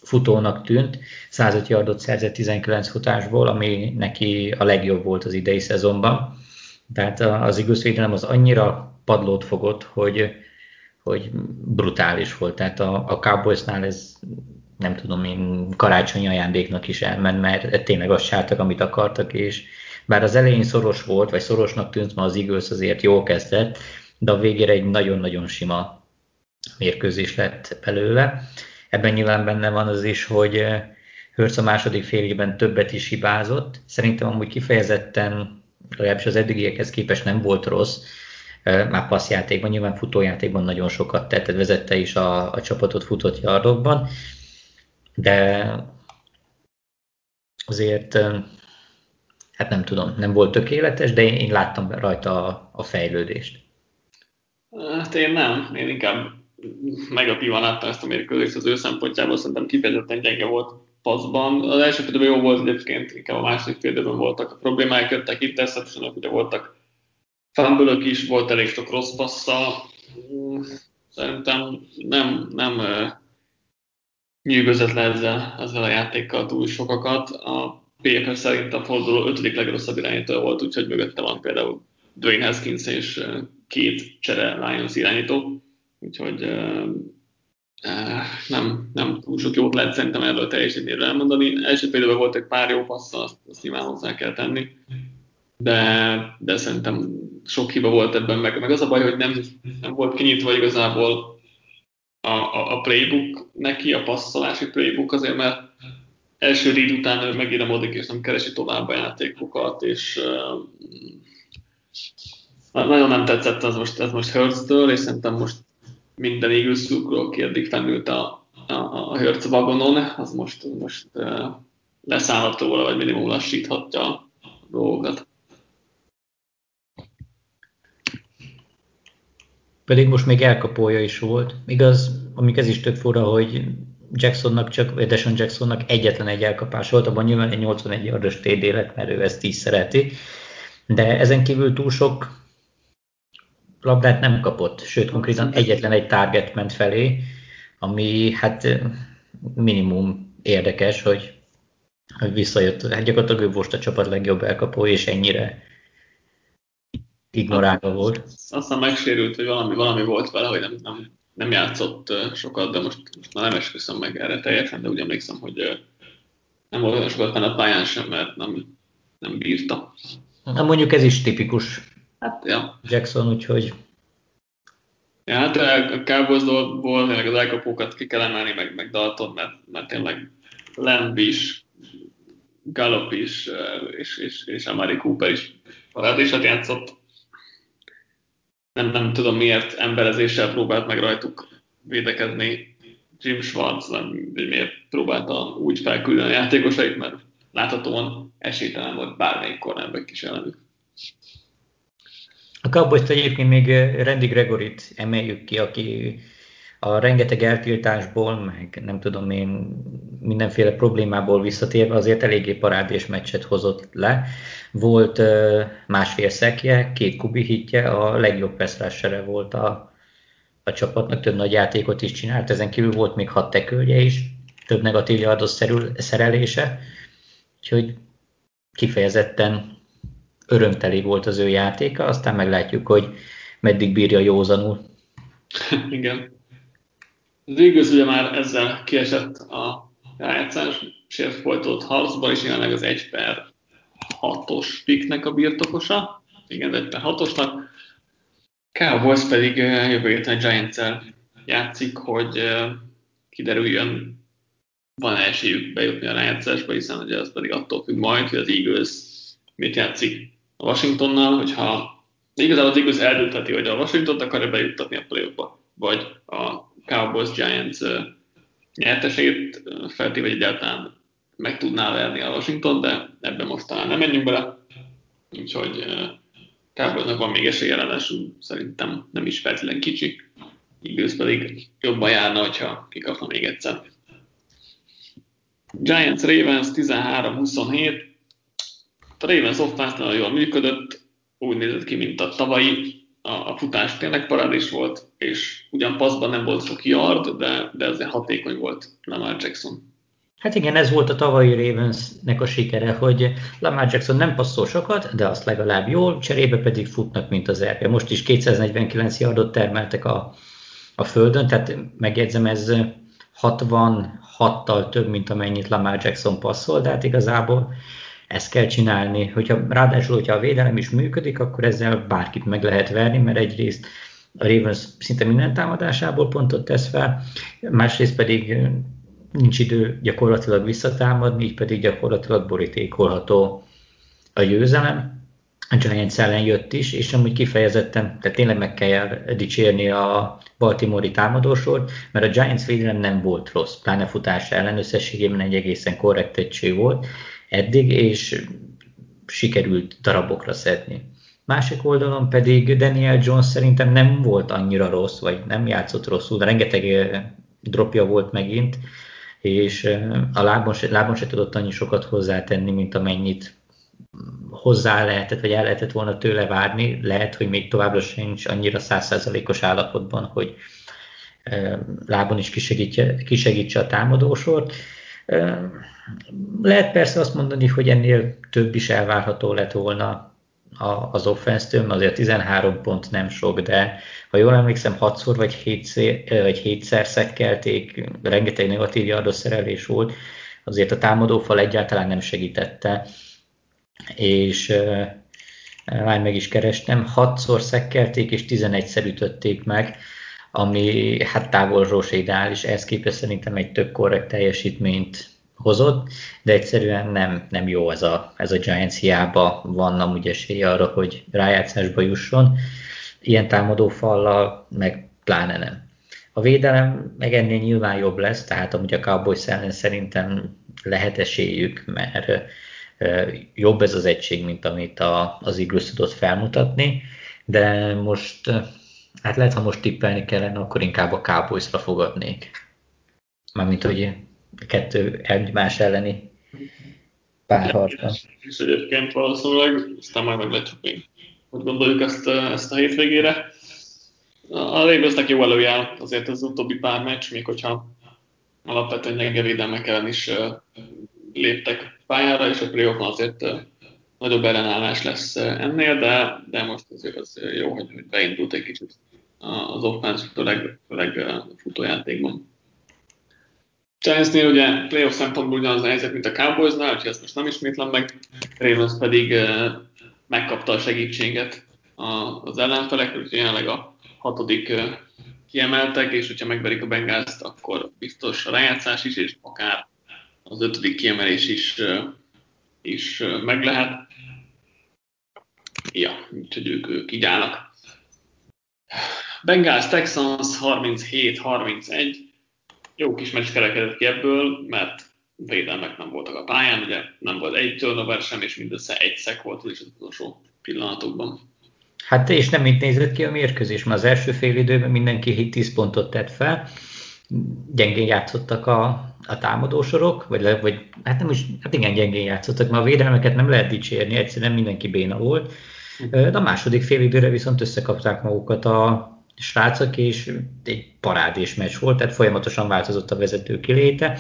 futónak tűnt, 105 yardot szerzett 19 futásból, ami neki a legjobb volt az idei szezonban. Tehát az Eagles védelem az annyira padlót fogott, hogy brutális volt. Tehát a Cowboysnál ez nem tudom én, karácsonyi ajándéknak is elment, mert tényleg azt sártak, amit akartak, és bár az elején szoros volt, vagy szorosnak tűnt, ma az Eagles azért jól kezdett, de a végére egy nagyon-nagyon sima mérkőzés lett belőle. Ebben nyilván benne van az is, hogy Hurts a második félidőben többet is hibázott. Szerintem amúgy kifejezetten, legalábbis az eddigiekhez képest nem volt rossz, már passzjátékban, nyilván futójátékban nagyon sokat tett, vezette is a csapatot futott yardokban, de azért, hát nem tudom, nem volt tökéletes, de én láttam rajta a fejlődést. Hát én inkább negatívan láttam ezt a mérkőzést az ő szempontjából, szerintem kifejezetten gyenge volt passzban. Az első félidőben jó volt egyébként, inkább a második félidőben voltak a problémáik, jöttek interceptionok, ugye voltak fumble-ök is, volt elég sok rossz passza. Szerintem nem nyűgözött le ezzel a játékkal túl sokakat. A PFF szerint a forduló 5. legrosszabb irányító volt, úgyhogy mögötte van például Dwayne Haskins és 2 csere Lions irányító. Úgyhogy nem túl sok jót lehet szerintem erről teljesítményről elmondani. Első félidőben volt egy pár jó passza, azt nyilván hozzá kell tenni. De szerintem sok hiba volt ebben, meg az a baj, hogy nem volt kinyitva igazából a playbook neki, a passzolási playbook azért, mert első read után ő megíramodik, és nem keresi tovább a játékokat, és nagyon nem tetszett ez most Hurts-től, és szerintem most minden Eagles szurkoló, aki eddig fennült a Hurts vagonon, az most leszállhat róla, vagy minimum lassíthatja a dolgokat. Pedig most még elkapója is volt. Igaz, amik ez is tök fura, hogy Deshaun Jacksonnak egyetlen egy elkapás volt, abban nyilván egy 81 yardos TD lett, mert ő ezt is szereti. De ezen kívül túl sok labdát nem kapott, sőt konkrétan egyetlen egy target ment felé, ami hát minimum érdekes, hogy visszajött. Hát gyakorlatilag ő volt a csapat legjobb elkapó, és ennyire ignorálva volt. Aztán megsérült, hogy valami volt vele, hogy nem játszott sokat, de most már nem esküszöm meg erre teljesen, de úgy emlékszem, hogy nem volt olyan sokat benne a pályán sem, mert nem bírta. Na mondjuk ez is tipikus. Hát, ja. Jackson, úgyhogy... Ja, hát a Cowboysból tényleg az elkapókat ki kell emelni, meg Dalton, mert tényleg Lamb is, Gallup is, és Amari Cooper is parádésat játszott. Nem tudom, miért emberezéssel próbált meg rajtuk védekezni Jim Schwartz, miért próbálta úgy felküldeni a játékosait, mert láthatóan esélytelen volt bármelyik cornerback is ellenük. A Cowboys-t egyébként még Randy Gregoryt emeljük ki, aki a rengeteg eltiltásból, meg nem tudom én, mindenféle problémából visszatérve azért eléggé parádés meccset hozott le. Volt másfél szekje, 2 kubi hitje, a legjobb pass rushere volt a csapatnak, több nagy játékot is csinált, ezen kívül volt még 6 tekölje is, több negatív yardos szerelése, úgyhogy kifejezetten örömteli volt az ő játéka, aztán meglátjuk, hogy meddig bírja józanul. Igen. Az Eagles ugye már ezzel kiesett a rájátszás, sért folytatott harcban, és jelenleg az 1/6-os picknek a birtokosa. Igen, 1/6-osnak. Cowboys pedig jövő héten a Giants-el játszik, hogy kiderüljön, van esélyük bejutni a rájátszásba, hiszen ugye az pedig attól függ majd, hogy az Eagles mit játszik a Washingtonnal, hogyha igazából az Eagles eldöntheti, hogy a Washingtont akarja bejuttatni a play-offba, vagy a Cowboys-Giants nyertesét feltéve, hogy egyáltalán meg tudná verni a Washington, de ebben most talán nem menjünk bele. Úgyhogy Cowboysnak van még esélye, ráadásul szerintem nem is feltétlenül kicsi. Eagles pedig jobban járna, hogyha kikapna még egyszer. Giants-Ravens 13-27. A Ravens offense nagyon jól működött, úgy nézett ki, mint a tavalyi. A futás tényleg parádés volt, és ugyan passzban nem volt sok yard, de azért hatékony volt Lamar Jackson. Hát igen, ez volt a tavalyi Ravensnek a sikere, hogy Lamar Jackson nem passzol sokat, de azt legalább jól, cserébe pedig futnak, mint az erke. Most is 249 yardot termeltek a földön, tehát megjegyzem, ez 66-tal több, mint amennyit Lamar Jackson passzol, de hát igazából ezt kell csinálni. Ráadásul, hogyha a védelem is működik, akkor ezzel bárkit meg lehet verni, mert egyrészt a Ravens szinte minden támadásából pontot tesz fel, másrészt pedig nincs idő gyakorlatilag visszatámadni, így pedig gyakorlatilag borítékolható a győzelem. A Giants ellen jött is, és amúgy kifejezetten, tehát tényleg meg kell dicsérni a Baltimore-i támadósort, mert a Giants védelem nem volt rossz, pláne futás ellen összességében egy egészen korrekt egység volt eddig, és sikerült darabokra szedni. Másik oldalon pedig Daniel Jones szerintem nem volt annyira rossz, vagy nem játszott rosszul, de rengeteg dropja volt megint, és a lábon se tudott annyi sokat hozzátenni, mint amennyit hozzá lehetett, vagy el lehetett volna tőle várni. Lehet, hogy még továbbra sincs annyira 100%-os állapotban, hogy lábon is kisegítse a támadósort. Lehet persze azt mondani, hogy ennél több is elvárható lett volna az offense-től, azért 13 pont nem sok, de ha jól emlékszem, 6-szor vagy 7-szer szekkelték, rengeteg negatív yardos szerelés volt, azért a támadófal egyáltalán nem segítette, és már meg is kerestem, 6-szor szekkelték és 11-szer ütötték meg, ami hát távolról se ideális, ehhez képest szerintem egy tök korrekt teljesítményt hozott, de egyszerűen nem jó ez a Giants, hiába van amúgy esélye arra, hogy rájátszásba jusson. Ilyen támadófallal meg pláne nem. A védelem meg ennél nyilván jobb lesz, tehát amúgy a Cowboys ellen szerintem lehet esélyük, mert jobb ez az egység, mint amit az Eagles tudott felmutatni, de most, hát lehet, ha most tippelni kellene, akkor inkább a Cowboysra fogadnék. Mármint, hogy a kettő egymás elleni párharcban. És egyébként valószínűleg, aztán majd meglátjuk még, hogy gondoljuk ezt a hétvégére. A Ravensnek jó előjel azért az utóbbi pár meccs, még hogyha alapvetően gyenge védelmek ellen is léptek pályára, és a playoffban azért nagyobb ellenállás lesz ennél, de most azért az jó, hogy beindult egy kicsit az offense, főleg futójátékban. Giantsnél ugye playoff szempontból ugyanaz a helyzet, mint a Cowboysnál, úgyhogy ezt most nem ismétlem meg. Ravens pedig megkapta a segítséget az ellenfelek, úgyhogy jelenleg a 6. kiemeltek, és hogyha megverik a Bengalst, akkor biztos a rájátszás is, és akár az 5. kiemelés is meg lehet. Ja, úgyhogy ők így állnak. Bengals Texans 37-31. Jó kis meccs kerekedett ki ebből, mert védelmek nem voltak a pályán, ugye nem volt egy turnover sem, és mindössze egy sack volt is az utolsó pillanatokban. Hát és nem így nézett ki a mérkőzés, mert az első fél időben mindenki 10 pontot tett fel, gyengén játszottak a támadósorok, vagy hát nem is, hát igen, gyengén játszottak, mert a védelmeket nem lehet dicsérni, egyszerűen mindenki béna volt. De a második fél időre viszont összekapták magukat a srácok, és egy parádés meccs volt, tehát folyamatosan változott a vezető kiléte.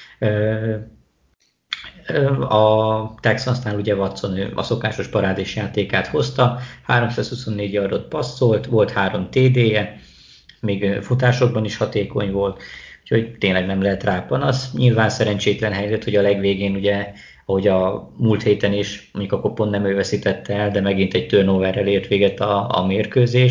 A Texansnál ugye Watson a szokásos parádés játékát hozta, 324 yardot passzolt, volt 3 TD-je, még futásokban is hatékony volt, úgyhogy tényleg nem lehet rá panasz. Nyilván szerencsétlen helyzet, hogy a legvégén ugye, ahogy a múlt héten is, mondjuk akkor pont nem ő veszítette el, de megint egy turnoverrel ért véget a mérkőzés.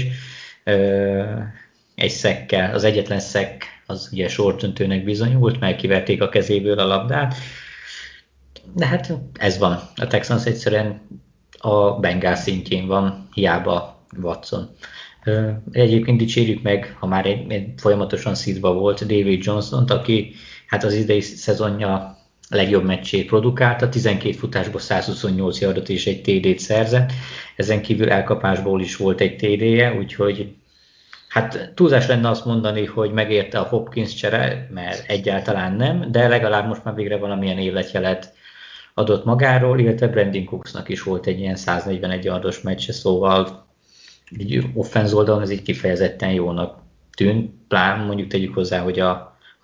Egy szekkel, az egyetlen szekk az ugye sortdöntőnek bizonyult, mert kiverték a kezéből a labdát. De hát ez van. A Texans egyszerűen a Bengals szintjén van, hiába Watson. Egyébként dicsérjük meg, ha már egy folyamatosan szívva volt, David Johnson-t, aki hát az idei szezonja legjobb meccsét produkálta, 12 futásból 128 yardot és egy TD-t szerzett, ezen kívül elkapásból is volt egy TD-je, úgyhogy hát túlzás lenne azt mondani, hogy megérte a Hopkins csere, mert egyáltalán nem, de legalább most már végre valamilyen életjelet adott magáról, illetve Brandon Cooksnak is volt egy ilyen 141 yardos meccse, szóval így offense oldalon ez így kifejezetten jónak tűnt, plán mondjuk tegyük hozzá, hogy a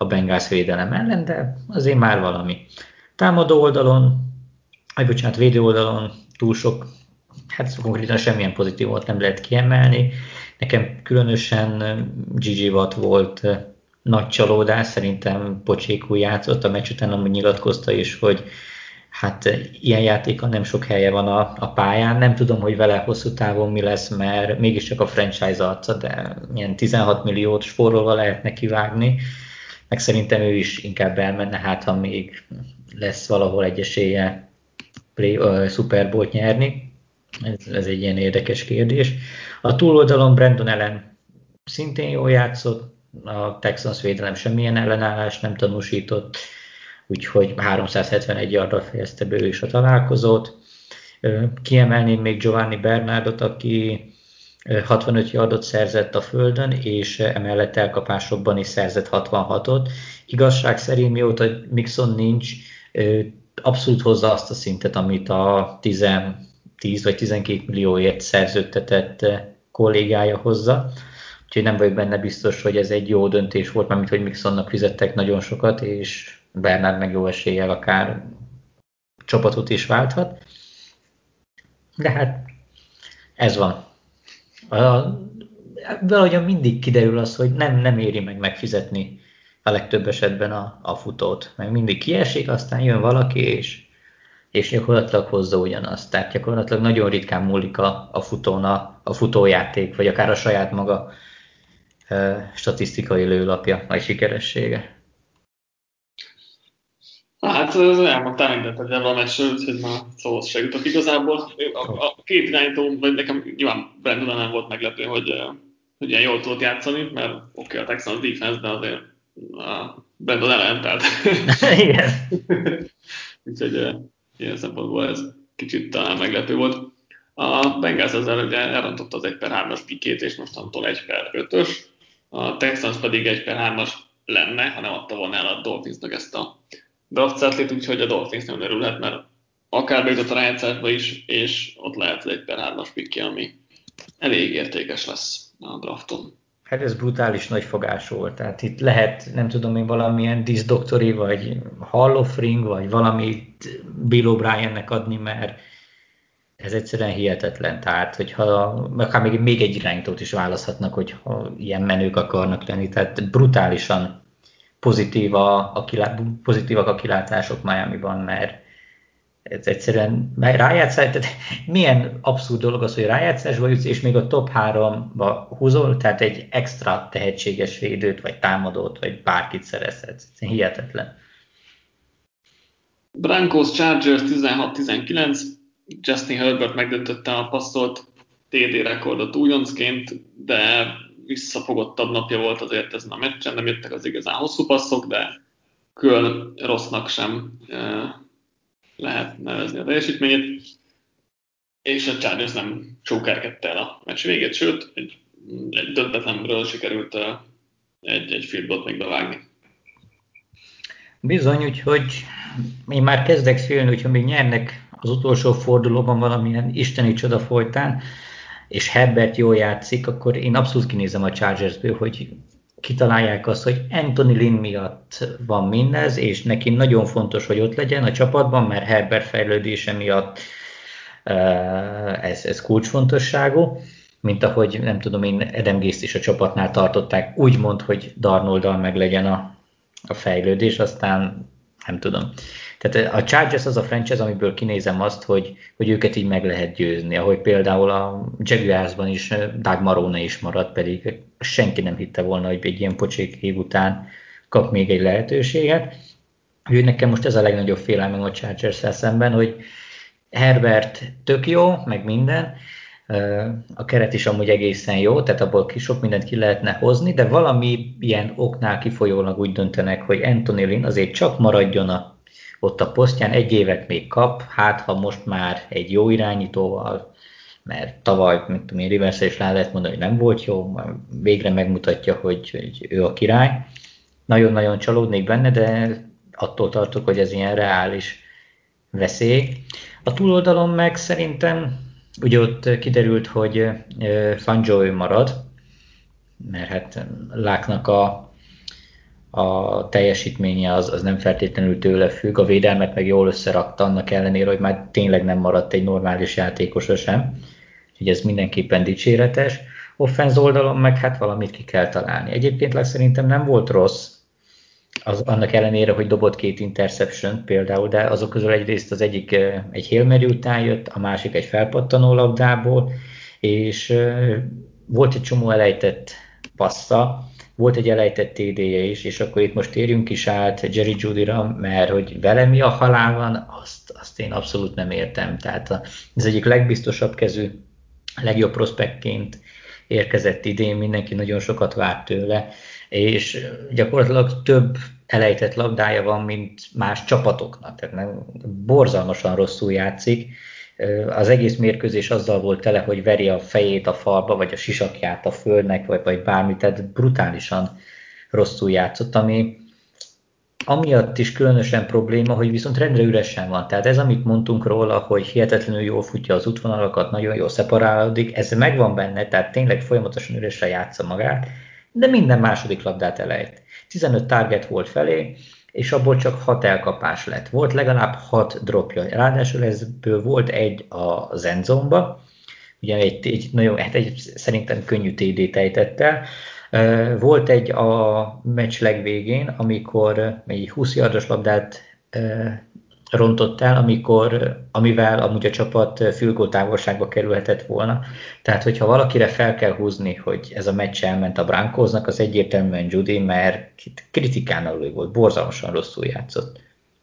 a Bengals védelem ellen, de azért már valami. Támadó oldalon, védő oldalon túl sok, hát konkrétan semmilyen pozitívot nem lehet kiemelni. Nekem különösen Gigi Watt volt nagy csalódás, szerintem pocsékul játszott, a meccs után amúgy nyilatkozta is, hogy hát ilyen játéka nem sok helye van a pályán, nem tudom, hogy vele hosszú távon mi lesz, mert mégiscsak a franchise arca, de ilyen 16 milliót spórolva lehetne kivágni, meg szerintem ő is inkább elmenne, hát ha még lesz valahol egy esélye Super Bowl-t nyerni. Ez egy ilyen érdekes kérdés. A túloldalon Brandon Allen szintén jól játszott, a Texans védelem semmilyen ellenállást nem tanúsított, úgyhogy 371 yardra fejezte be ő is a találkozót. Kiemelném még Giovanni Bernardot, aki 65 yardot szerzett a földön, és emellett elkapásokban is szerzett 66-ot. Igazság szerint mióta Mixon nincs, abszolút hozza azt a szintet, amit a 10 vagy 12 millióért szerződtetett kollégája hozza. Úgyhogy nem vagyok benne biztos, hogy ez egy jó döntés volt, mármint hogy Mixonnak fizettek nagyon sokat, és Bernard meg jó eséllyel akár csapatot is válthat. De hát ez van. Valahogyan mindig kiderül az, hogy nem éri meg megfizetni a legtöbb esetben a futót. Meg mindig kiesik, aztán jön valaki, és gyakorlatilag hozza ugyanazt. Tehát gyakorlatilag nagyon ritkán múlik a futón a futójáték, vagy akár a saját maga statisztikai lőlapja, vagy sikeressége. Hát elmondtál mindent ebben a meccsről, úgyhogy már szóhoz se jutok igazából. A két irányító, vagy nekem nyilván Brandon nem volt meglepő, hogy ilyen jól tudott játszani, mert oké, a Texans defense, de azért Brandon ellen, tehát... Igen. Úgyhogy ilyen szempontból ez kicsit talán meglepő volt. A Bengals ezzel ugye elrontotta az 1/3-as pikét, és mostantól 1/5-ös. A Texans pedig 1/3-as lenne, ha nem adta volna el a Dolphinsnak ezt a draft settlét, úgyhogy a Dolphins nem örülhet, mert akár bejutott a rájátszásba is, és ott lehet az 1/3-as pikje, ami elég értékes lesz a drafton. Hát ez brutális nagy fogás volt, tehát itt lehet, nem tudom én, valamilyen diszdoktori, vagy Hall of Ring, vagy valamit Bill O'Briennek adni, mert ez egyszerűen hihetetlen. Tehát, hogyha akár még egy irányítót is választhatnak, hogyha ilyen menők akarnak lenni. Tehát brutálisan pozitívak a kilátások Miamiban, mert ez egyszerűen rájátszás, tehát milyen abszurd dolog az, hogy rájátszásba jutsz, és még a top 3-ba húzol, tehát egy extra tehetséges védőt, vagy támadót, vagy bárkit szerezhetsz. Ez hihetetlen. Broncos Chargers 16-19, Justin Herbert megdöntötte a passzolt TD rekordot újoncként, de visszafogottabb napja volt azért ezen a meccsen, nem jöttek az igazán hosszú passzok, de külön rossznak sem lehet nevezni a teljesítményét, és a Chargers nem csókárkedte el a meccs végét, sőt, egy döntetlenről sikerült egy field goalt még bevágni. Bizony, úgyhogy én már kezdek félni, hogyha még nyernek az utolsó fordulóban valamilyen isteni csoda folytán, és Herbert jól játszik, akkor én abszolút kinézem a Chargersből, hogy kitalálják azt, hogy Anthony Lynn miatt van mindez, és neki nagyon fontos, hogy ott legyen a csapatban, mert Herbert fejlődése miatt ez kulcsfontosságú, mint ahogy nem tudom én, Adam Gase-t is a csapatnál tartották, úgymond, hogy Darnold-dal meg legyen a fejlődés, aztán nem tudom. Tehát a Chargers az a franchise, amiből kinézem azt, hogy őket így meg lehet győzni, ahogy például a Jaguarsban is Doug Marrone is maradt, pedig senki nem hitte volna, hogy egy ilyen pocsék év után kap még egy lehetőséget. Úgyhogy nekem most ez a legnagyobb félelmem a Chargers-szel szemben, hogy Herbert tök jó, meg minden, a keret is amúgy egészen jó, tehát abból sok mindent ki lehetne hozni, de valami ilyen oknál kifolyólag úgy döntenek, hogy Anthony Lynn azért csak maradjon ott a posztján, egy évet még kap, hát ha most már egy jó irányítóval, mert tavaly, mint tudom én, Rivers-re is lehet mondani, hogy nem volt jó, végre megmutatja, hogy ő a király. Nagyon-nagyon csalódnék benne, de attól tartok, hogy ez ilyen reális veszély. A túloldalon meg szerintem ugye ott kiderült, hogy Fangio marad, mert hát Lucknak a teljesítménye az nem feltétlenül tőle függ, a védelmet meg jól összerakta, annak ellenére, hogy már tényleg nem maradt egy normális játékosa sem, úgyhogy ez mindenképpen dicséretes. Offense oldalon meg hát valamit ki kell találni. Egyébként szerintem nem volt rossz, annak ellenére, hogy dobott 2 interception például, de azok közül egyrészt az egyik egy Hail Mary után jött, a másik egy felpattanó labdából, és volt egy csomó elejtett passza, volt egy elejtett TD-je is, és akkor itt most térjünk is át Jerry Jeudy-ra, mert hogy vele mi a halál van, azt én abszolút nem értem. Tehát az egyik legbiztosabb kezű, legjobb prospektként érkezett idén, mindenki nagyon sokat várt tőle, és gyakorlatilag több elejtett labdája van, mint más csapatoknak, tehát nem, borzalmasan rosszul játszik. Az egész mérkőzés azzal volt tele, hogy veri a fejét a falba, vagy a sisakját a földnek, vagy bármi, tehát brutálisan rosszul játszott, ami amiatt is különösen probléma, hogy viszont rendre üresen van. Tehát ez, amit mondtunk róla, hogy hihetetlenül jól futja az útvonalakat, nagyon jól szeparálódik, ez megvan benne, tehát tényleg folyamatosan üresre játsza magát, de minden második labdát elejt. 15 target volt felé, és abból csak 6 elkapás lett. Volt legalább 6 dropja. Ráadásul ezből volt egy a endzone-ba, ugye egy szerintem könnyű TD-t ejtett el. Volt egy a meccs legvégén, amikor egy 20 yardos labdát rontott el, amivel amúgy a csapat field goal távolságba kerülhetett volna. Tehát, hogyha valakire fel kell húzni, hogy ez a meccs elment a Broncosnak, az egyértelműen Jeudy, mert kritikán alul volt, borzalmasan rosszul játszott.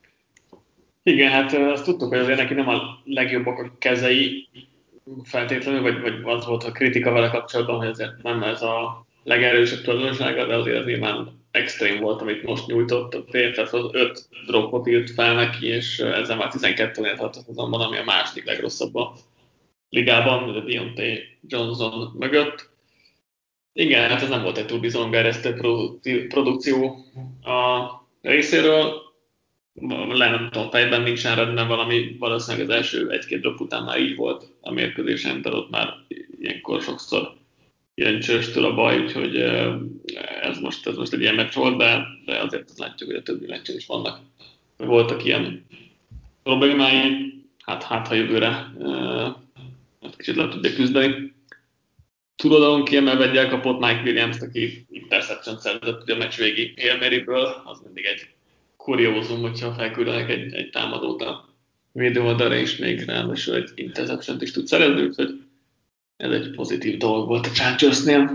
Igen, hát azt tudtuk, hogy azért neki nem a legjobbak a kezei feltétlenül, vagy az volt a kritika vele kapcsolatban, hogy azért nem ez a legerősebb tulajdonsága, de azért nyilván extrém volt, amit most nyújtott. Tehát az 5 dropot írt fel neki, és ezzel már 12-nél tartott azonban, ami a második legrosszabb a ligában, a Deontay Johnson mögött. Igen, hát ez nem volt egy túl bizongeresztő produkció a részéről. Nem tudom, fejben nincsen rendben valami, valószínűleg az első 1-2 drop után már így volt a mérkőzésen, de ott már ilyenkor sokszor ilyen csőstől a baj, úgyhogy ez most egy ilyen meccs volt, de azért azt látjuk, hogy a többi meccsen is voltak ilyen problémái, hát ha jövőre kicsit le tudja küzdeni. Túloldalon kiemelve egy elkapott Mike Williams-t, aki interception szerzett ugye a meccs végi Hail Maryből, az mindig egy kuriózum, hogyha felküldenek egy támadót a védőoldalra, és még ráadásul egy interception-t is tud szerezni, úgyhogy ez egy pozitív dolog volt a Chargersnél.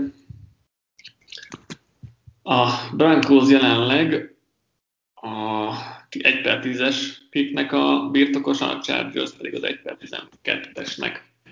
A Broncos jelenleg a 1/10-es picknek a birtokosa, a Chargers pedig az 1/12-esnek.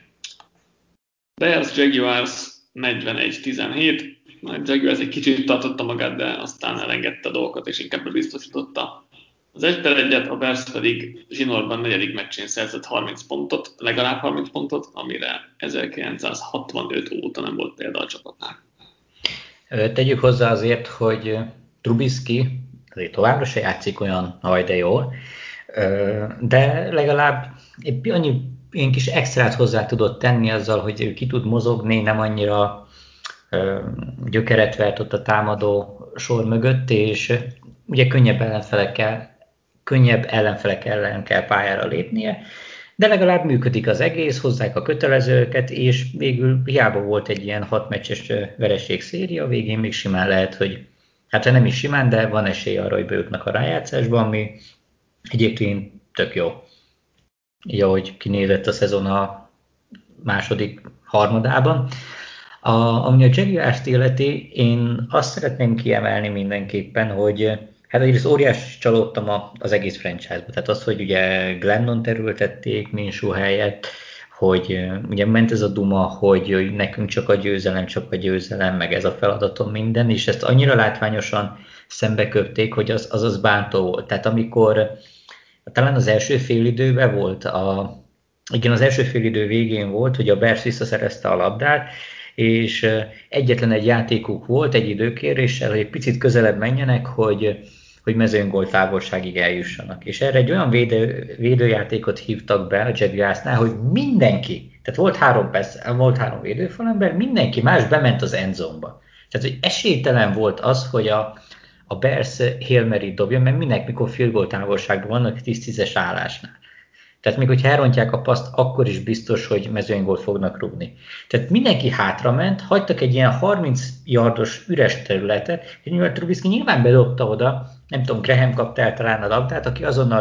Bears Jaguars 41-17. A Jaguars egy kicsit tartotta magát, de aztán elengedte a dolgokat, és inkább biztosította az 1/1-et, a Bears pedig zsinórban 4. meccsén szerzett 30 pontot, legalább 30 pontot, amire 1965 óta nem volt példa a csapatnál. Tegyük hozzá azért, hogy Trubisky azért továbbra se játszik olyan de jól, de legalább annyi ilyen kis extrát hozzá tudott tenni azzal, hogy ő ki tud mozogni, nem annyira gyökeret vert ott a támadó sor mögött, és ugye könnyebb ellenfelek ellen kell pályára lépnie, de legalább működik az egész, hozzák a kötelezőket, és végül hiába volt egy ilyen 6 meccses vereség széria, végén még simán lehet, hogy hát nem is simán, de van esély arra, hogy bejutnak a rájátszásba, ami egyébként tök jó. Így ahogy kinézett a szezon a második harmadában. Ami a Jaguars-t illeti, én azt szeretném kiemelni mindenképpen, hogy hát egyrészt óriás csalódtam az egész franchise-ba. Tehát az, hogy ugye Glennon erőltették Minshew helyett, hogy ugye ment ez a duma, hogy nekünk csak a győzelem, meg ez a feladatom minden, és ezt annyira látványosan szembeköpték, hogy az bántó volt. Tehát amikor talán az első félidőben volt, az első félidő végén volt, hogy a Bears visszaszerezte a labdát, és egyetlen egy játékuk volt egy időkéréssel, hogy egy picit közelebb menjenek, hogy mezőnygól távolságig eljussanak. És erre egy olyan védőjátékot hívtak be a Jaguarsnál, hogy mindenki, tehát volt három védőfalember, mindenki más bement az endzone-ba. Tehát, hogy esélytelen volt az, hogy a a Bears Hail Mary dobja, mert minek, mikor field goal távolságban vannak 10-10-es állásnál. Tehát még hogyha elrontják a paszt, akkor is biztos, hogy mezőnygólt fognak rúgni. Tehát mindenki hátrament, hagytak egy ilyen 30 yardos üres területet, és mivel Trubisky nyilván bedobta oda, nem tudom, Graham kapta el talán a labdát, aki azonnal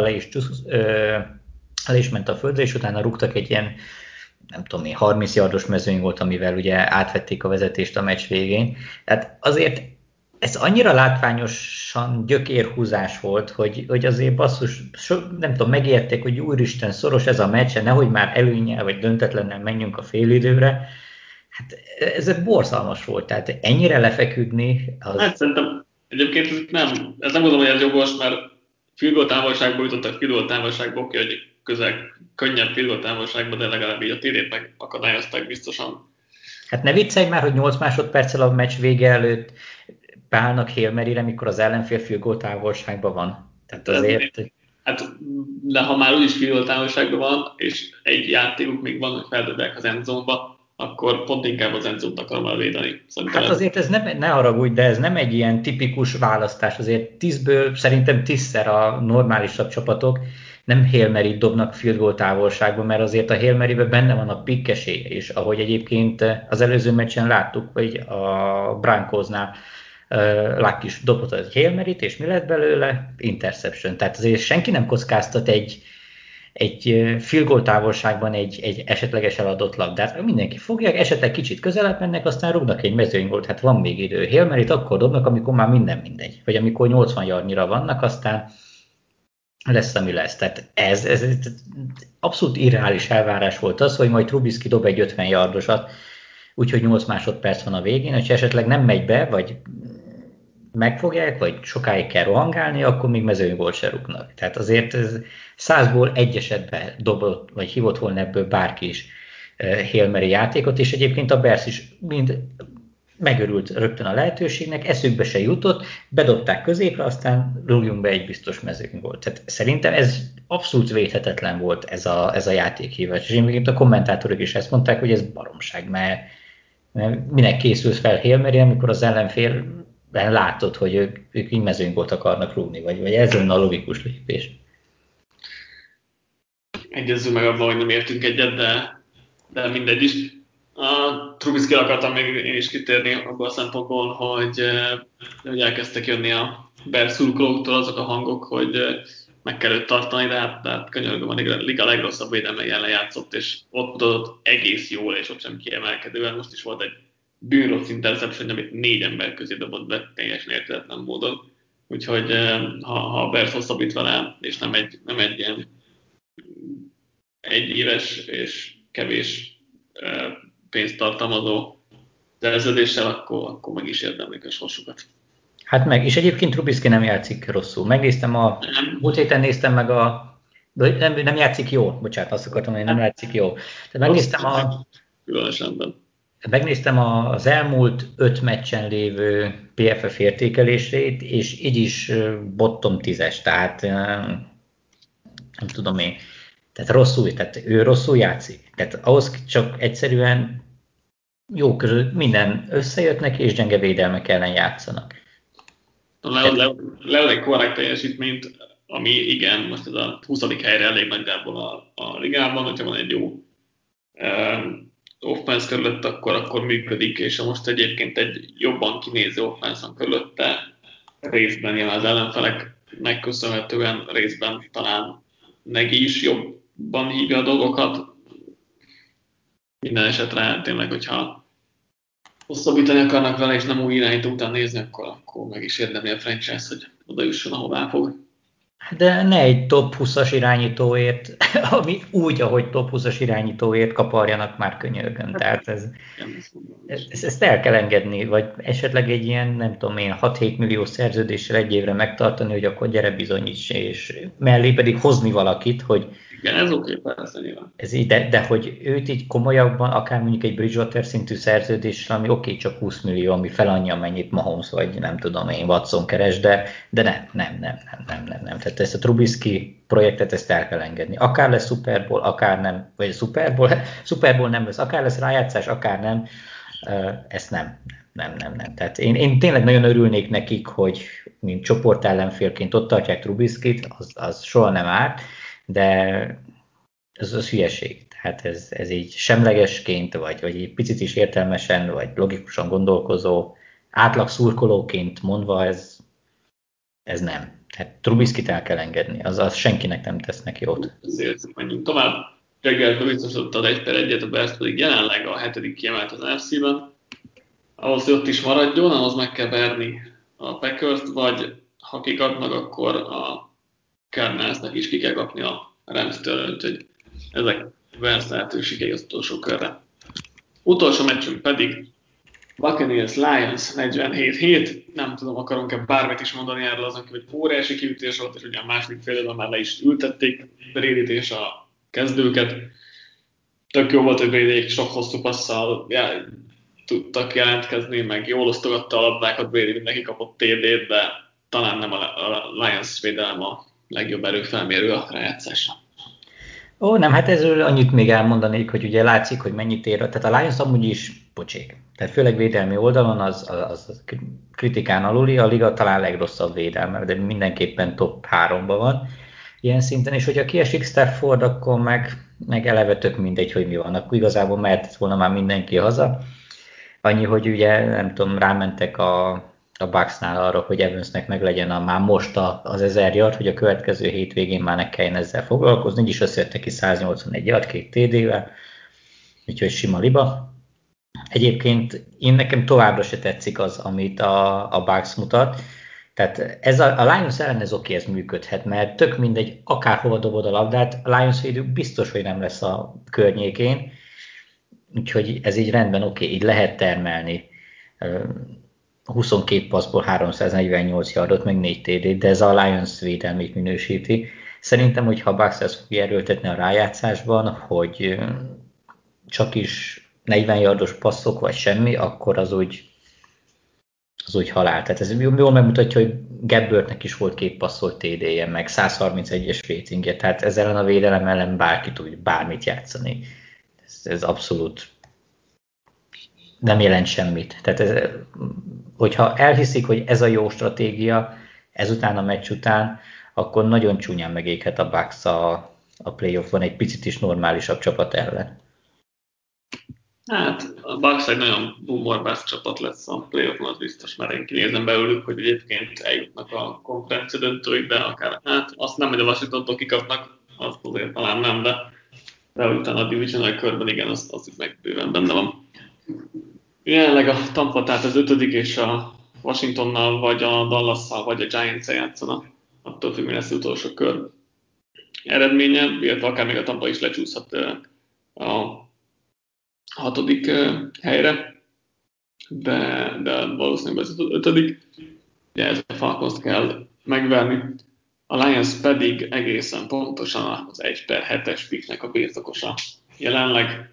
le is ment a földre, és utána rúgtak egy ilyen, nem tudom én, 30 yardos mezőnygolt, amivel ugye átvették a vezetést a meccs végén. Tehát azért ez annyira látványosan gyökérhúzás volt, hogy azért basszus, nem tudom, megérték, hogy úristen, szoros ez a meccs, nehogy már előnnyel vagy döntetlennel menjünk a félidőre. Hát ez borzalmas volt, tehát ennyire lefeküdni. Hát szerintem egyébként ez nem gondolom, hogy ez jogos, mert field goal távolságból jutottak field goal távolságba, oké, hogy közel könnyebb field goal távolságba, de legalább így a TD-t megakadályozták biztosan. Hát ne viccelj már, hogy 8 másodperccel a meccs vége előtt beállnak Hail Mary-re, mikor az ellenfél field goal távolságban van. Tehát azért... Hát, de ha már úgyis field goal távolságban van, és egy játékuk még van, hogy feldobják az endzone-ba, akkor pont inkább az endzone-t akarom elvédeni. Hát azért ez nem, ne haragudj, de ez nem egy ilyen tipikus választás. Azért 10-ből szerintem 10-szer a normálisabb csapatok nem Hail Mary-t dobnak field goal távolságban, mert azért a Hail Mary-ben benne van a pick esélye, és ahogy egyébként az előző meccsen láttuk, vagy a Broncosnál Luck is dobott egy Hail Mary-t, és mi lett belőle? Interception. Tehát azért senki nem kockáztat egy field goal távolságban egy esetleges eladott labdát. Mindenki fogják, esetleg kicsit közelebb mennek, aztán rúgnak egy mezőnygolt, hát van még idő. Hail Mary-t akkor dobnak, amikor már minden mindegy. Vagy amikor 80 yardnyira vannak, aztán lesz, ami lesz. Tehát ez abszolút irreális elvárás volt az, hogy majd Trubisky dob egy 50 yardosat, úgyhogy 8 másodperc van a végén, hogyha esetleg nem megy be, vagy megfogják, vagy sokáig kell rohangálni, akkor még mezőnygolt se rúgnak. Tehát azért 100-ból egy esetben dobott, vagy hívott volna ebből bárki is Hail Mary játékot, és egyébként a Bears is mind megörült rögtön a lehetőségnek, eszükbe se jutott, bedobták középre, aztán rúgjunk be egy biztos mezőnygolt. Tehát szerintem ez abszolút védhetetlen volt ez a játékhívás. És én a kommentátorok is ezt mondták, hogy ez baromság, mert minek készülsz fel Hail Mary, amikor az ellenfélben látod, hogy ők így mezőnygolt akarnak rúgni, vagy ez lenne a logikus lépés. Egyezzünk meg abban, hogy nem értünk egyet, de mindegy is. A Trubisky akartam még én is kitérni abban a szempontból, hogy elkezdtek jönni a Bears szurkolóktól azok a hangok, hogy meg kell őt tartani, de hát könyörgöm, a liga legrosszabb védelme ellen játszott, és ott mutatott egész jól, és ott sem kiemelkedően. Most is volt egy bűnrossz interception, amit 4 ember közé dobott be teljesen érthetetlen módon. Úgyhogy ha a Bears hosszabbít vele, és nem egy ilyen egyéves és kevés pénzt tartalmazó szerződéssel, akkor meg is érdemlik a sorsukat. Hát meg, és egyébként Trubisky nem játszik rosszul. Megnéztem múlt héten néztem meg nem játszik jól, bocsánat, azt akartam, hogy nem játszik jól. Megnéztem az elmúlt 5 meccsen lévő PFF értékelését, és így is bottom 10-es, tehát nem tudom én. Tehát ő rosszul játszik. Tehát ahhoz csak egyszerűen jó közül minden összejött neki, és gyenge védelmek ellen játszanak. Lead egy korrekt teljesítményt, ami igen, most ez a 20. helyre elég nagyjából a ligában, hogyha van egy jó offense körülött, akkor működik, és most egyébként egy jobban kinéző offense körülötte, részben nyilván az ellenfeleknek köszönhetően, részben talán Nagy is jobban hívja a dolgokat. Minden esetre tényleg, hogyha hosszabbítani akarnak vele, és nem új irányító után nézni, akkor meg is érdemli a franchise, hogy oda jusson, ahová fog. De ne egy top 20-as irányítóért, ami úgy, ahogy top 20-as irányítóért kaparjanak már könyörgön. Tehát ezt el kell engedni, vagy esetleg egy ilyen, nem tudom én, 6-7 millió szerződéssel egy évre megtartani, hogy akkor gyere bizonyíts, és mellé pedig hozni valakit, hogy... Igen, ez oké, persze nyilván. De hogy őt így komolyabban, akár mondjuk egy Bridgewater szintű szerződéssel, ami oké, csak 20 millió, ami fel annyi, amennyit Mahomes, vagy nem tudom én, Watson keres, de nem. Tehát ezt a Trubisky projektet ezt el kell engedni. Akár lesz Super Bowl, akár nem, vagy Super Bowl nem lesz, akár lesz rájátszás, akár nem. Ezt nem. Tehát én tényleg nagyon örülnék nekik, hogy mint csoport ellenfélként ott tartják Trubiskit, az soha nem árt, de ez hülyeség. Tehát ez így semlegesként, vagy egy picit is értelmesen, vagy logikusan gondolkozó, átlag szurkolóként mondva, ez nem. Tehát Trubiskit el kell engedni, az senkinek nem tesznek jót. Ezért menjünk tovább. Reggelben biztosítottad 1-1, a Bears pedig jelenleg a 7. kiemelt az NFC-ben. Ahhoz, hogy ott is maradjon, ahhoz meg kell verni a Packers-t, vagy ha kikapnak, akkor a Cardinalsnak is ki kell kapni a Rams-től, úgyhogy ezek Bears lehetőségei az utolsó körre. Utolsó meccsünk pedig Buccaneers Lions 47-7. Nem tudom, akarunk-e bármit is mondani erről, azon kívül, hogy óriási kiütés volt, és ugye a második félidőben már le is ültették Bradyt és a kezdőket. Tök jó volt, hogy Bradyék sok hosszú passzal tudtak jelentkezni, meg jól osztogatta a labdákat, Brady mindenki kapott TD-t, de talán nem a Lions védelem a legjobb erőfelmérő a rájátszásra. Nem, hát ezzel annyit még elmondanék, hogy ugye látszik, hogy mennyit ér. Tehát a Lions amúgy is pocsék. Tehát főleg védelmi oldalon az kritikán aluli, a liga talán legrosszabb védelme, de mindenképpen top 3-ban van ilyen szinten, és hogyha kiesik Stafford, akkor meg eleve tök mindegy, hogy mi van. Akkor igazából mehetett volna már mindenki haza. Annyi, hogy ugye nem tudom, rámentek a Bucksnál arra, hogy Evansnek meg legyen már most az 1000 yard, hogy a következő hétvégén már ne kelljen ezzel foglalkozni, így is összejött neki 181 yard, 2 TD-vel, úgyhogy sima liba. Egyébként nekem továbbra se tetszik az, amit a Bucks mutat, tehát ez a Lions ellen ez oké, ez működhet, mert tök mindegy, akárhova dobod a labdát, a Lions védő biztos, hogy nem lesz a környékén, úgyhogy ez így rendben oké, így lehet termelni. 22 passzból 348 yardot, meg 4 TD, de ez a Lions védelmét minősíti. Szerintem, hogyha a Bucks ezt fogja erőltetni a rájátszásban, hogy csak is 40 yardos passzok, vagy semmi, akkor az úgy halál. Tehát ez jól megmutatja, hogy Gabbardnek is volt 2 passzolt TD-je, meg 131-es ratingje, tehát ezzel ellen a védelem ellen bárki tud bármit játszani. Ez abszolút nem jelent semmit. Tehát hogyha elhiszik, hogy ez a jó stratégia, ezután a meccs után, akkor nagyon csúnyán megéghet a Bucks a playoffban egy picit is normálisabb csapat ellen. Hát a Bucks egy nagyon bumorbász csapat lesz a playoffban, az biztos, mert én kinézem belőlük, hogy egyébként eljutnak a konferencia döntőig, de akár, hát azt nem, hogy a Washingtontól kikapnak, azt azért talán nem, de utána a divisional körben igen, az meg bőven benne van. Jelenleg a Tampa, tehát az 5. és a Washingtonnal, vagy a Dallasszal, vagy a Giants-el játszanak. Attól függ, mi lesz az utolsó kör eredménye, illetve akár még a Tampa is lecsúszhat a 6. helyre, de valószínűleg ez az 5. Ugye ez a Falcons kell megverni. A Lions pedig egészen pontosan az 1/7-es picknek a birtokosa jelenleg,